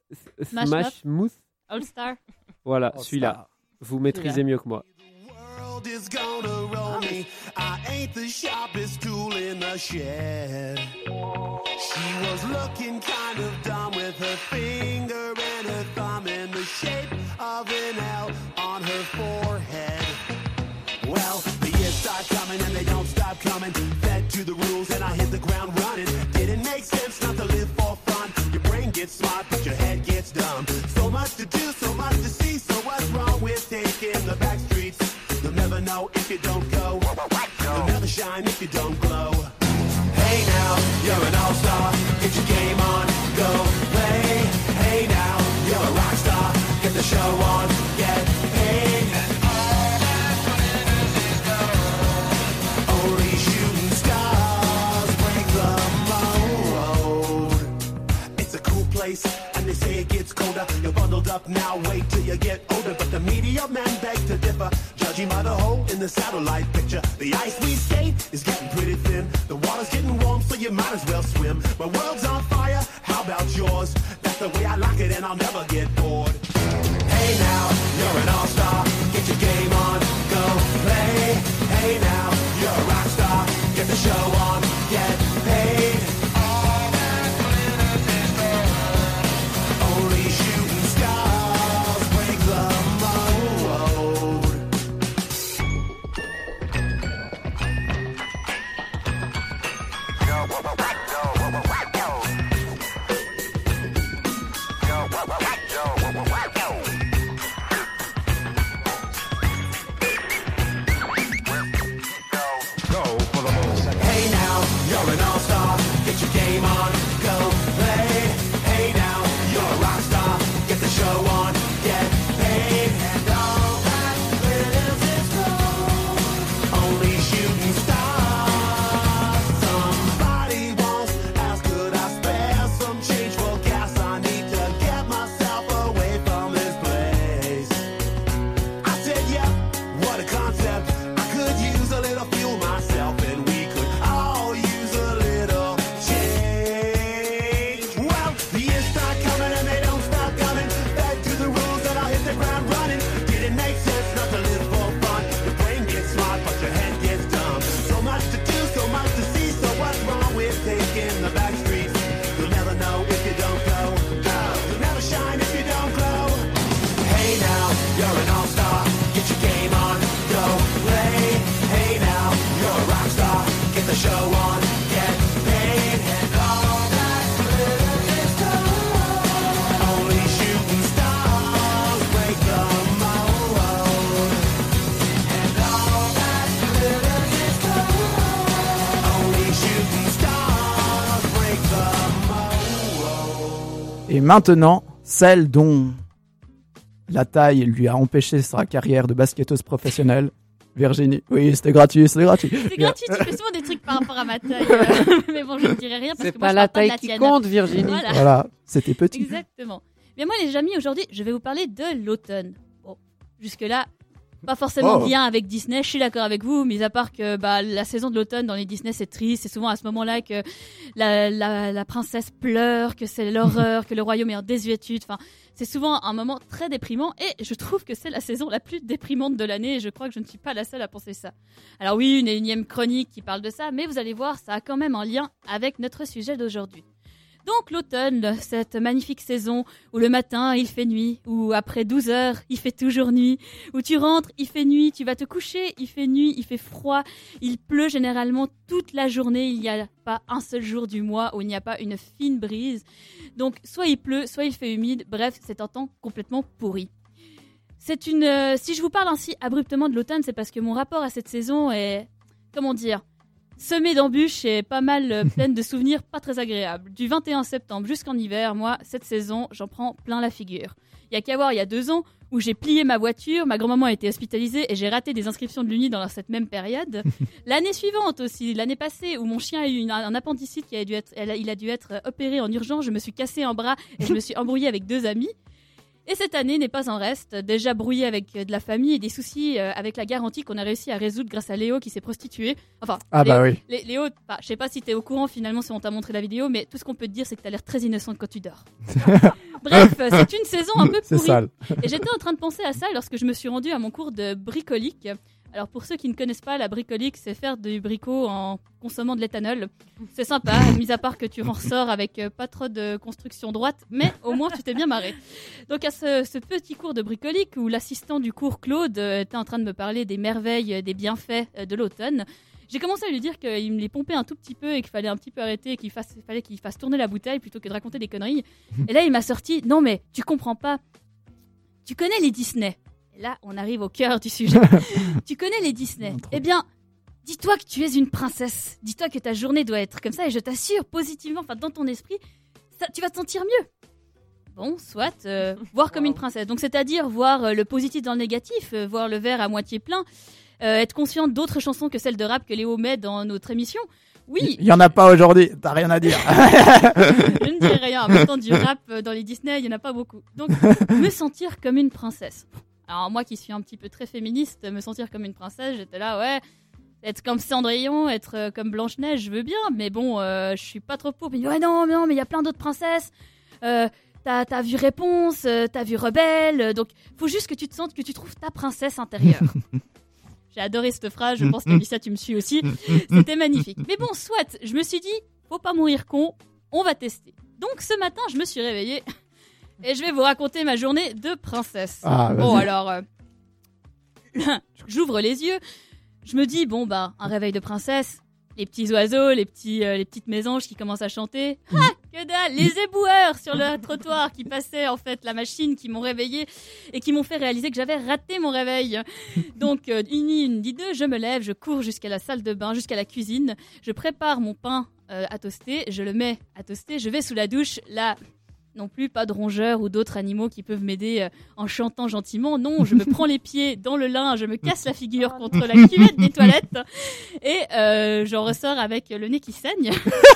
Smash Smash Mouth. All Star. Voilà, Oh, celui-là. ça. Vous maîtrisez mieux que moi. world is gonna roll me. I ain't the sharpest tool in the shed. She was looking kind of dumb with her finger and her thumb in the shape of an L on her forehead. Well, the years start coming and they don't stop coming. Fed to the rules and I hit the ground running. Didn't make sense not to live for fun. Your brain gets smart but your head gets dumb. So much to do, so much to see. So what's wrong with taking the back streets? You'll never know if you don't go. You'll never shine if you don't glow. Hey now, you're an all-star. Get your game on, go play. Hey now, you're a rock star. Get the show on, get paid. Only shooting stars break the mold. It's a cool place, and they say it gets colder. You're bundled up now, wait till you get older. But the media men beg to differ, judging by the hole in the satellite picture. The ice we skate is getting pretty thin. The water's getting warm, so you might as well swim. My world's on fire, how about yours? That's the way I like it, and I'll never get bored. Hey now, you're an all-star. Get your game on, go play. Hey now, you're a rock star. Get the show on, get paid. Only shooting stars break the mold. Hey now, you're an all-star. Get your game on, go play. Hey now, you're a rock star. Get the show on, get paid. And all that glitters is gold. Only shooting stars. Somebody once asked, could I spare some change for gas? I need to get myself away from this place. I said, yeah, what a concept. I could use a little fuel myself, and we could all use a little change. Well, the years start coming and they don't stop coming. Back to the rules and I'll hit the ground running. Didn't make sense not to live for fun. Your brain gets smart but your head gets dumb. So much to do, so much to see. So what's wrong with taking the back streets? You'll never know if you don't go. You'll never shine if you don't glow. Hey now, you're an all-star. Get your game on, go play. Hey now, you're a rock star. Get the show on, get paid. And all that glitters is gold. Only shooting stars break the mold. And all that glitters is gold. Only shooting stars break the mold. Et maintenant, celle dont la taille lui a empêché sa carrière de basketteuse professionnelle, Virginie. Oui, c'était gratuit, c'était gratuit. C'est gratuit, tu fais souvent des trucs par rapport à ma taille. Mais bon, je ne dirai rien parce C'est que moi, pas je la parle taille pas de qui tienne. compte, Virginie. Voilà. Voilà, c'était petit. Exactement. Bien moi les amis, aujourd'hui, je vais vous parler de l'automne. Bon, jusque-là, pas forcément bien avec Disney, je suis d'accord avec vous, mis à part que la saison de l'automne dans les Disney c'est triste, c'est souvent à ce moment-là que la princesse pleure, que c'est l'horreur, que le royaume est en désuétude, enfin c'est souvent un moment très déprimant et je trouve que c'est la saison la plus déprimante de l'année et je crois que je ne suis pas la seule à penser ça. Alors oui, une énième chronique qui parle de ça, mais vous allez voir, ça a quand même un lien avec notre sujet d'aujourd'hui. Donc l'automne, cette magnifique saison où le matin il fait nuit, où après 12 heures il fait toujours nuit, où tu rentres, il fait nuit, tu vas te coucher, il fait nuit, il fait froid, il pleut généralement toute la journée, il n'y a pas un seul jour du mois où il n'y a pas une fine brise. Donc soit il pleut, soit il fait humide, bref c'est un temps complètement pourri. Si je vous parle ainsi abruptement de l'automne, c'est parce que mon rapport à cette saison est, comment dire, semée d'embûches et pas mal pleine de souvenirs pas très agréables. Du 21 septembre jusqu'en hiver, moi, cette saison, j'en prends plein la figure. Il y a qu'à voir, il y a 2 ans, où j'ai plié ma voiture, ma grand-maman a été hospitalisée et j'ai raté des inscriptions de l'Uni dans cette même période. L'année suivante aussi, l'année passée, où mon chien a eu un appendicite il a dû être opéré en urgence, je me suis cassé un bras et je me suis embrouillée avec 2 amis. Et cette année n'est pas en reste, déjà brouillée avec de la famille et des soucis avec la garantie qu'on a réussi à résoudre grâce à Léo qui s'est prostitué. Enfin, Léo, je sais pas si t'es au courant finalement si on t'a montré la vidéo, mais tout ce qu'on peut te dire c'est que t'as l'air très innocente quand tu dors. Bref, c'est une saison un peu pourrie. C'est sale. Et j'étais en train de penser à ça lorsque je me suis rendue à mon cours de bricolique Alors pour ceux qui ne connaissent pas, la bricolique, c'est faire du bricot en consommant de l'éthanol. C'est sympa, mis à part que tu en ressors avec pas trop de construction droite, mais au moins tu t'es bien marré. Donc à ce petit cours de bricolique où l'assistant du cours, Claude, était en train de me parler des merveilles, des bienfaits de l'automne, j'ai commencé à lui dire qu'il me les pompait un tout petit peu et qu'il fallait un petit peu arrêter, qu'il fallait qu'il fasse tourner la bouteille plutôt que de raconter des conneries. Et là il m'a sorti « Non mais tu comprends pas, tu connais les Disney ?» Là, on arrive au cœur du sujet. Tu connais les Disney. Eh bien, dis-toi que tu es une princesse. Dis-toi que ta journée doit être comme ça et je t'assure, positivement, dans ton esprit, tu vas te sentir mieux. Bon, soit, voir comme une princesse. Donc, c'est-à-dire voir le positif dans le négatif, voir le verre à moitié plein, être consciente d'autres chansons que celles de rap que Léo met dans notre émission. Oui. Il y en a pas aujourd'hui, t'as rien à dire. Je ne dis rien. En même temps, du rap dans les Disney, il y en a pas beaucoup. Donc, me sentir comme une princesse. Alors moi qui suis un petit peu très féministe, me sentir comme une princesse, j'étais là, ouais, être comme Cendrillon, être comme Blanche-Neige, je veux bien, mais bon, je suis pas trop pour. Mais ouais, non, mais il y a plein d'autres princesses. T'as vu Réponse, t'as vu Rebelle, donc faut juste que tu te sentes, que tu trouves ta princesse intérieure. J'ai adoré cette phrase, je pense qu'Alicia, tu me suis aussi. C'était magnifique. Mais bon, soit, je me suis dit, faut pas mourir con, on va tester. Donc ce matin, je me suis réveillée. Et je vais vous raconter ma journée de princesse. Bon, alors, j'ouvre les yeux. Je me dis, bon, un réveil de princesse. Les petits oiseaux, les petites mésanges qui commencent à chanter. Ah, que dalle! Les éboueurs sur le trottoir qui passaient, en fait, la machine, qui m'ont réveillée et qui m'ont fait réaliser que j'avais raté mon réveil. Donc, une ni deux, je me lève, je cours jusqu'à la salle de bain, jusqu'à la cuisine. Je prépare mon pain à toaster, je le mets à toaster, je vais sous la douche, là... Non plus, pas de rongeurs ou d'autres animaux qui peuvent m'aider en chantant gentiment. Non, je me prends les pieds dans le lin, je me casse la figure contre la cuvette des toilettes et j'en ressors avec le nez qui saigne.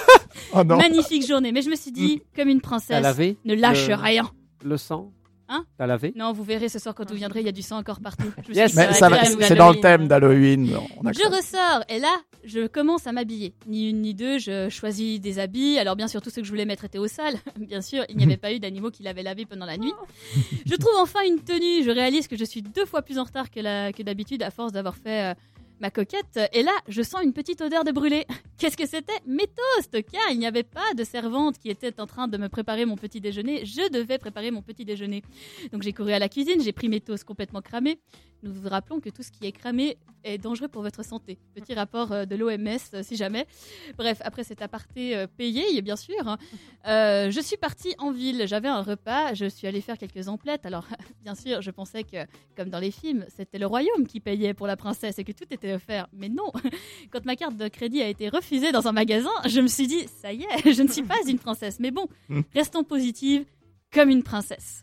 Oh non. Magnifique journée. Mais je me suis dit, comme une princesse, ne lâche rien. Le sang Hein? T'as lavé? Non, vous verrez ce soir quand vous viendrez, il y a du sang encore partout. Mais c'est dans le thème d'Halloween. Je ressors et là, je commence à m'habiller. Ni une ni deux, je choisis des habits. Alors bien sûr, tout ce que je voulais mettre était au sale. Bien sûr, il n'y avait pas eu d'animaux qui l'avaient lavé pendant la nuit. Je trouve enfin une tenue. Je réalise que je suis 2 fois plus en retard que d'habitude à force d'avoir fait... ma coquette, et là, je sens une petite odeur de brûlé. Qu'est-ce que c'était? Mes toasts, car il n'y avait pas de servante qui était en train de me préparer mon petit déjeuner. Je devais préparer mon petit déjeuner. Donc j'ai couru à la cuisine, j'ai pris mes toasts complètement cramés. Nous vous rappelons que tout ce qui est cramé est dangereux pour votre santé. Petit rapport de l'OMS, si jamais. Bref, après cet aparté payé, bien sûr, je suis partie en ville. J'avais un repas, je suis allée faire quelques emplettes. Alors, bien sûr, je pensais que, comme dans les films, c'était le royaume qui payait pour la princesse et que tout était offert. Mais non, quand ma carte de crédit a été refusée dans un magasin, je me suis dit, ça y est, je ne suis pas une princesse. Mais bon, restons positives comme une princesse.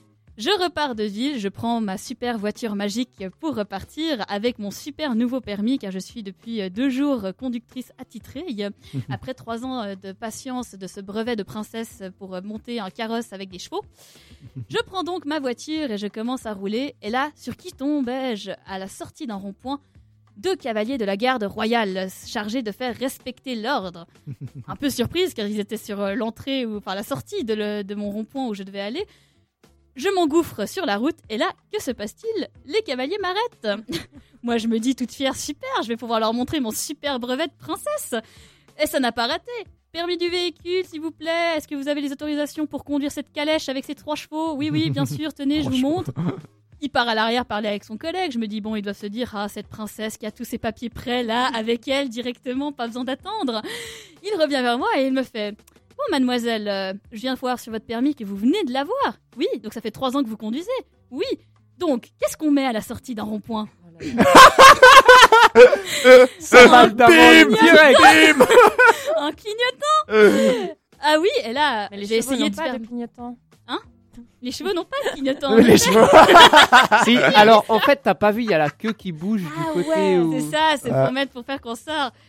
Je repars de ville, je prends ma super voiture magique pour repartir avec mon super nouveau permis, car je suis depuis 2 jours conductrice attitrée. Après 3 ans de patience de ce brevet de princesse pour monter un carrosse avec des chevaux. Je prends donc ma voiture et je commence à rouler. Et là, sur qui tombais-je à la sortie d'un rond-point? 2 cavaliers de la garde royale chargés de faire respecter l'ordre. Un peu surprise, car ils étaient sur l'entrée, enfin la sortie de mon rond-point où je devais aller. Je m'engouffre sur la route et là, que se passe-t-il? Les cavaliers m'arrêtent. Moi, je me dis toute fière, super, je vais pouvoir leur montrer mon super brevet de princesse. Et ça n'a pas raté. Permis du véhicule, s'il vous plaît. Est-ce que vous avez les autorisations pour conduire cette calèche avec ces 3 chevaux? Oui, bien sûr, tenez, je vous montre. Il part à l'arrière parler avec son collègue. Je me dis, bon, il doit se dire, ah, cette princesse qui a tous ses papiers prêts là, avec elle directement, pas besoin d'attendre. Il revient vers moi et il me fait... Bon, mademoiselle, je viens voir sur votre permis que vous venez de l'avoir. Oui, donc ça fait 3 ans que vous conduisez. Oui, donc qu'est-ce qu'on met à la sortie d'un rond-point? C'est mal direct. Un clignotant. Ah oui, et là, j'ai essayé de pas faire... de clignotant. Hein? Les cheveux n'ont pas de clignotant. Les cheveux. Si, alors en fait, t'as pas vu, il y a la queue qui bouge du côté ouais, où... c'est ça, c'est pour faire qu'on sort.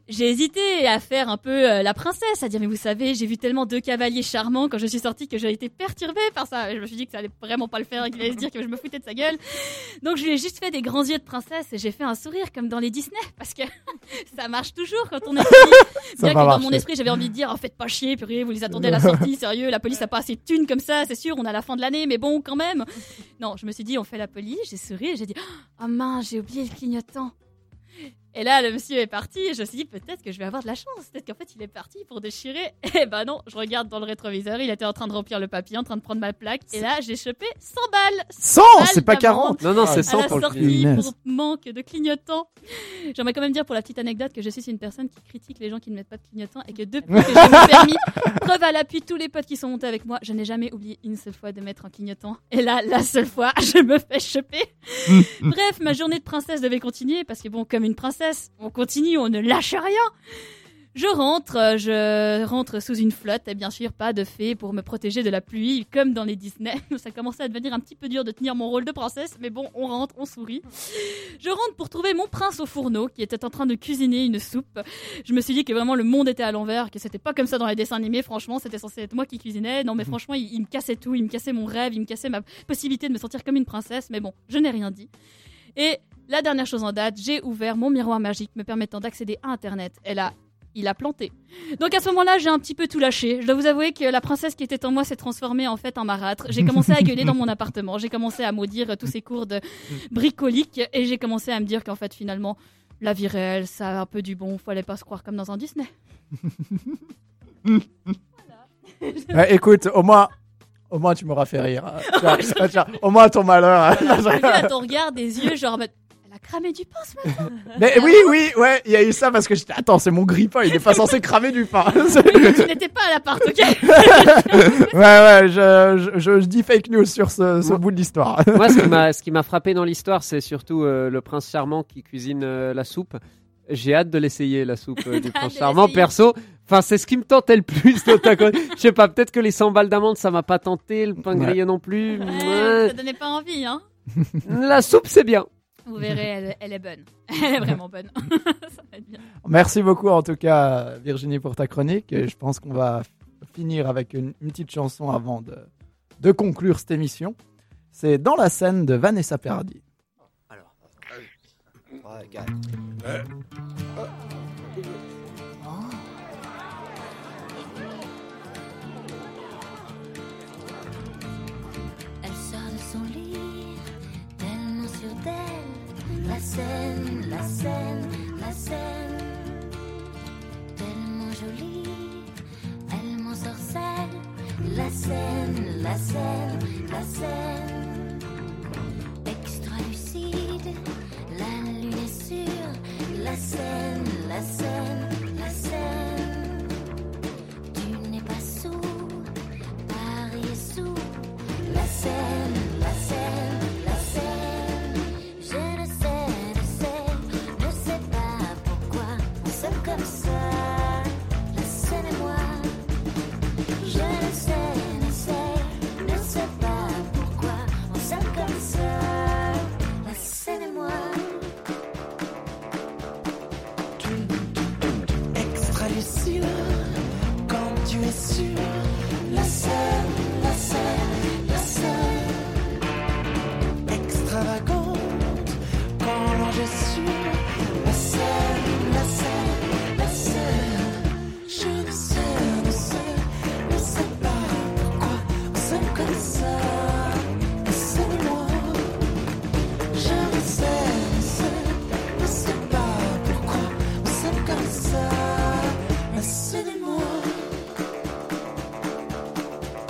j'ai hésité à faire un peu la princesse, à dire mais vous savez, j'ai vu tellement de cavaliers charmants quand je suis sortie que j'ai été perturbée par ça. Je me suis dit que ça allait vraiment pas le faire et qu'il allait se dire que je me foutais de sa gueule. Donc je lui ai juste fait des grands yeux de princesse et j'ai fait un sourire comme dans les Disney parce que ça marche toujours quand on est petit. Bien que dans mon esprit j'avais envie de dire faites pas chier, purée, vous les attendez à la sortie, sérieux, la police a pas assez de thunes comme ça, c'est sûr, on a la fin de l'année, mais bon quand même. Non, je me suis dit on fait la police, j'ai souri et j'ai dit oh mince, j'ai oublié le clignotant. Et là, le monsieur est parti et je me suis dit peut-être que je vais avoir de la chance. Peut-être qu'en fait, il est parti pour déchirer. Et ben non, je regarde dans le rétroviseur, il était en train de remplir le papier, en train de prendre ma plaque. Et là, j'ai chopé 100 balles. 100, c'est pas 40. Non, c'est 100 à la pour le sortie prix. pour manque de clignotant. J'aimerais quand même dire pour la petite anecdote que je suis une personne qui critique les gens qui ne mettent pas de clignotant et que depuis que j'ai mon permis, preuve à l'appui, tous les potes qui sont montés avec moi, je n'ai jamais oublié une seule fois de mettre un clignotant. Et là, la seule fois, je me fais choper. Bref, ma journée de princesse devait continuer parce que bon, comme une princesse, on continue, on ne lâche rien. Je rentre sous une flotte et bien sûr pas de fée pour me protéger de la pluie comme dans les Disney. Ça commençait à devenir un petit peu dur de tenir mon rôle de princesse, mais bon, on rentre, on sourit. Je rentre pour trouver mon prince au fourneau qui était en train de cuisiner une soupe. Je me suis dit que vraiment le monde était à l'envers, que c'était pas comme ça dans les dessins animés, franchement, c'était censé être moi qui cuisinais. Non mais franchement, il me cassait tout, il me cassait mon rêve, il me cassait ma possibilité de me sentir comme une princesse, mais bon, je n'ai rien dit. Et la dernière chose en date, j'ai ouvert mon miroir magique me permettant d'accéder à Internet. Et là, il a planté. Donc à ce moment-là, j'ai un petit peu tout lâché. Je dois vous avouer que la princesse qui était en moi s'est transformée en fait en marâtre. J'ai commencé à gueuler dans mon appartement. J'ai commencé à maudire tous ces cours de bricolique et j'ai commencé à me dire qu'en fait finalement, la vie réelle, ça a un peu du bon. Fallait pas se croire comme dans un Disney. Ouais, écoute, au moins tu m'auras fait rire. Tiens, au moins ton malheur. J'ai vu à ton regard des yeux genre elle a cramé du pain ce matin. Mais oui, ouais, il y a eu ça parce que j'étais attends, c'est mon grille-pain, il est pas censé cramer du pain. Tu n'étais pas à l'appart, ok? Ouais, je dis fake news sur ce bout de l'histoire. Moi, ce qui m'a frappé dans l'histoire, c'est surtout le prince charmant qui cuisine la soupe. J'ai hâte de l'essayer, la soupe du prince charmant. Perso, enfin, c'est ce qui me tentait le plus. Je sais pas, peut-être que les 100 balles d'amande, ça m'a pas tenté, le pain grillé non plus. Ça donnait pas envie, hein. La soupe, c'est bien. Vous verrez, elle est bonne. Elle est vraiment bonne. Ça va être bien. Merci beaucoup en tout cas Virginie pour ta chronique. Et je pense qu'on va finir avec une petite chanson avant de conclure cette émission. C'est Dans la scène de Vanessa Paradis. Alors, 3, 4. Elle sort de son lit, tellement sûre d'elle. La scène, la scène, la scène. Tellement jolie, elle m'ensorcelle. La scène, la scène, la scène. Extra lucide, la lune est sûre. La scène, la scène, la scène. Tu n'es pas sourd, Paris est sourd. La scène, la scène, la scène. Je ne sais pas pourquoi on s'aime comme ça. La scène et moi. Je ne sais pas pourquoi on s'aime comme ça. La scène et moi. Extra lucide, quand tu es sûr. La scène, la scène, la scène. Extravagante, quand l'ange est sûr. La scène, la scène, la scène. Je ne sais pas pourquoi on s'aime comme ça. La scène et moi. Je ne sais pas pourquoi on s'aime comme ça. La scène et moi.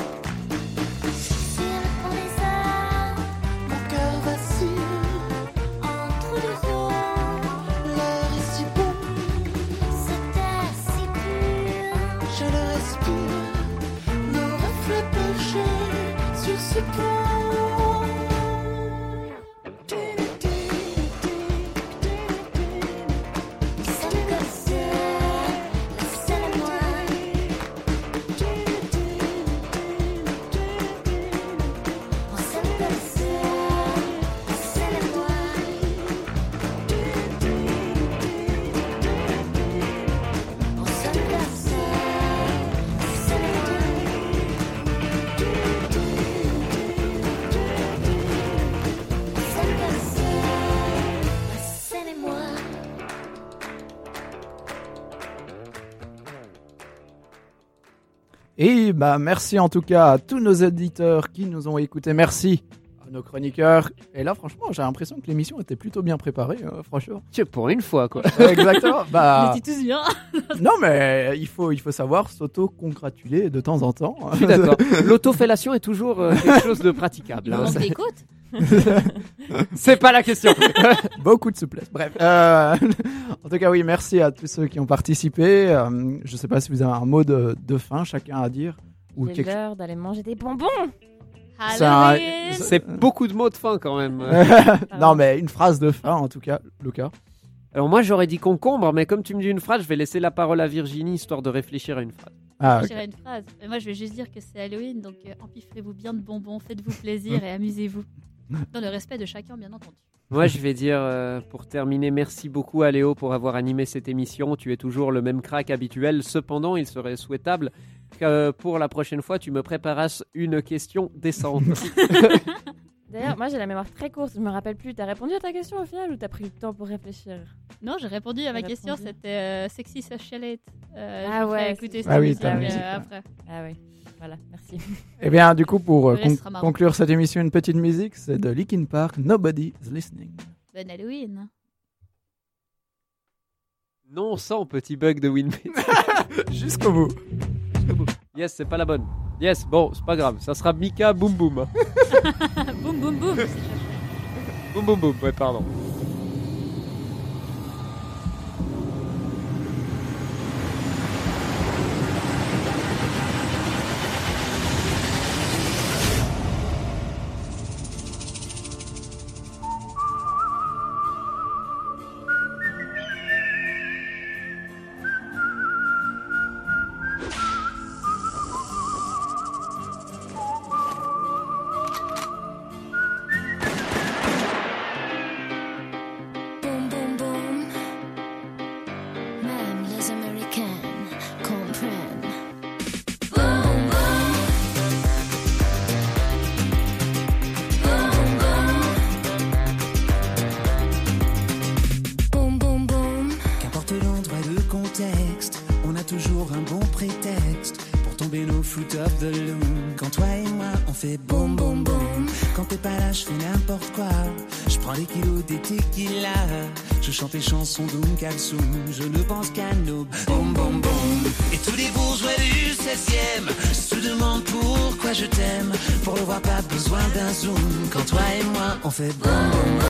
Et merci en tout cas à tous nos auditeurs qui nous ont écoutés. Merci à nos chroniqueurs. Et là, franchement, j'ai l'impression que l'émission était plutôt bien préparée, franchement. Tu pour une fois, quoi. Exactement. On était tous bien. Non, mais il faut savoir s'auto-congratuler de temps en temps. Je suis d'accord. L'autofellation est toujours quelque chose de praticable. Il hein. manque des côtes. C'est pas la question. Beaucoup de souplesse. Bref. En tout cas, oui, merci à tous ceux qui ont participé. Je sais pas si vous avez un mot de fin, chacun à dire. Ou C'est quelque... l'heure d'aller manger des bonbons. C'est un- Halloween. C'est beaucoup de mots de fin quand même. Non, mais une phrase de fin, en tout cas, Lucas. Alors moi j'aurais dit concombre, mais comme tu me dis une phrase, je vais laisser la parole à Virginie histoire de réfléchir à une phrase. Ah, Je ok. dirais une phrase. Mais moi, je vais juste dire que c'est Halloween, donc empiffrez-vous bien de bonbons, faites-vous plaisir et amusez-vous. Dans le respect de chacun, bien entendu. Moi je vais dire pour terminer, merci beaucoup à Léo pour avoir animé cette émission. Tu es toujours le même crack habituel. Cependant, il serait souhaitable que pour la prochaine fois, tu me préparasses une question décente. D'ailleurs, moi j'ai la mémoire très courte, je me rappelle plus. T'as répondu à ta question au final ou t'as pris le temps pour réfléchir? Non, j'ai répondu à ma T'as question, répondu. c'était Sexy Socialite. Ah Je vous ferai ouais, écouter c'est- cette Ah oui, musique, t'as la musique, ouais. après. Ah oui, voilà, merci. Eh bien, du coup, pour Le reste sera marrant. conclure cette émission, une petite musique, c'est de Linkin Park, Nobody is Listening. Bonne Halloween. Non sans petit bug de Winbet. Jusqu'au bout. Yes, c'est pas la bonne. Yes, bon, c'est pas grave. Ça sera Mika Boom Boom. Boum, boum, boum. Boom Boom Boom, ouais, pardon. Boum, boum, boum. Même les Américains comprennent. Boum, boum, boum. Boum, boum, boum. Boum, boum, boum. Qu'importe l'endroit et le contexte, on a toujours un bon prétexte pour tomber nos foot of the loom. Quand toi et moi on fait boum boum boum, quand t'es pas là je fais n'importe quoi. Je prends les kilos des tequila, je chante les chansons d'Oum Kalsoum, je ne pense qu'à nos boum boum boum. Et tous les bourgeois du 16e se demandent pourquoi je t'aime. Pour le voir pas besoin d'un zoom, quand toi et moi on fait boum boum boum.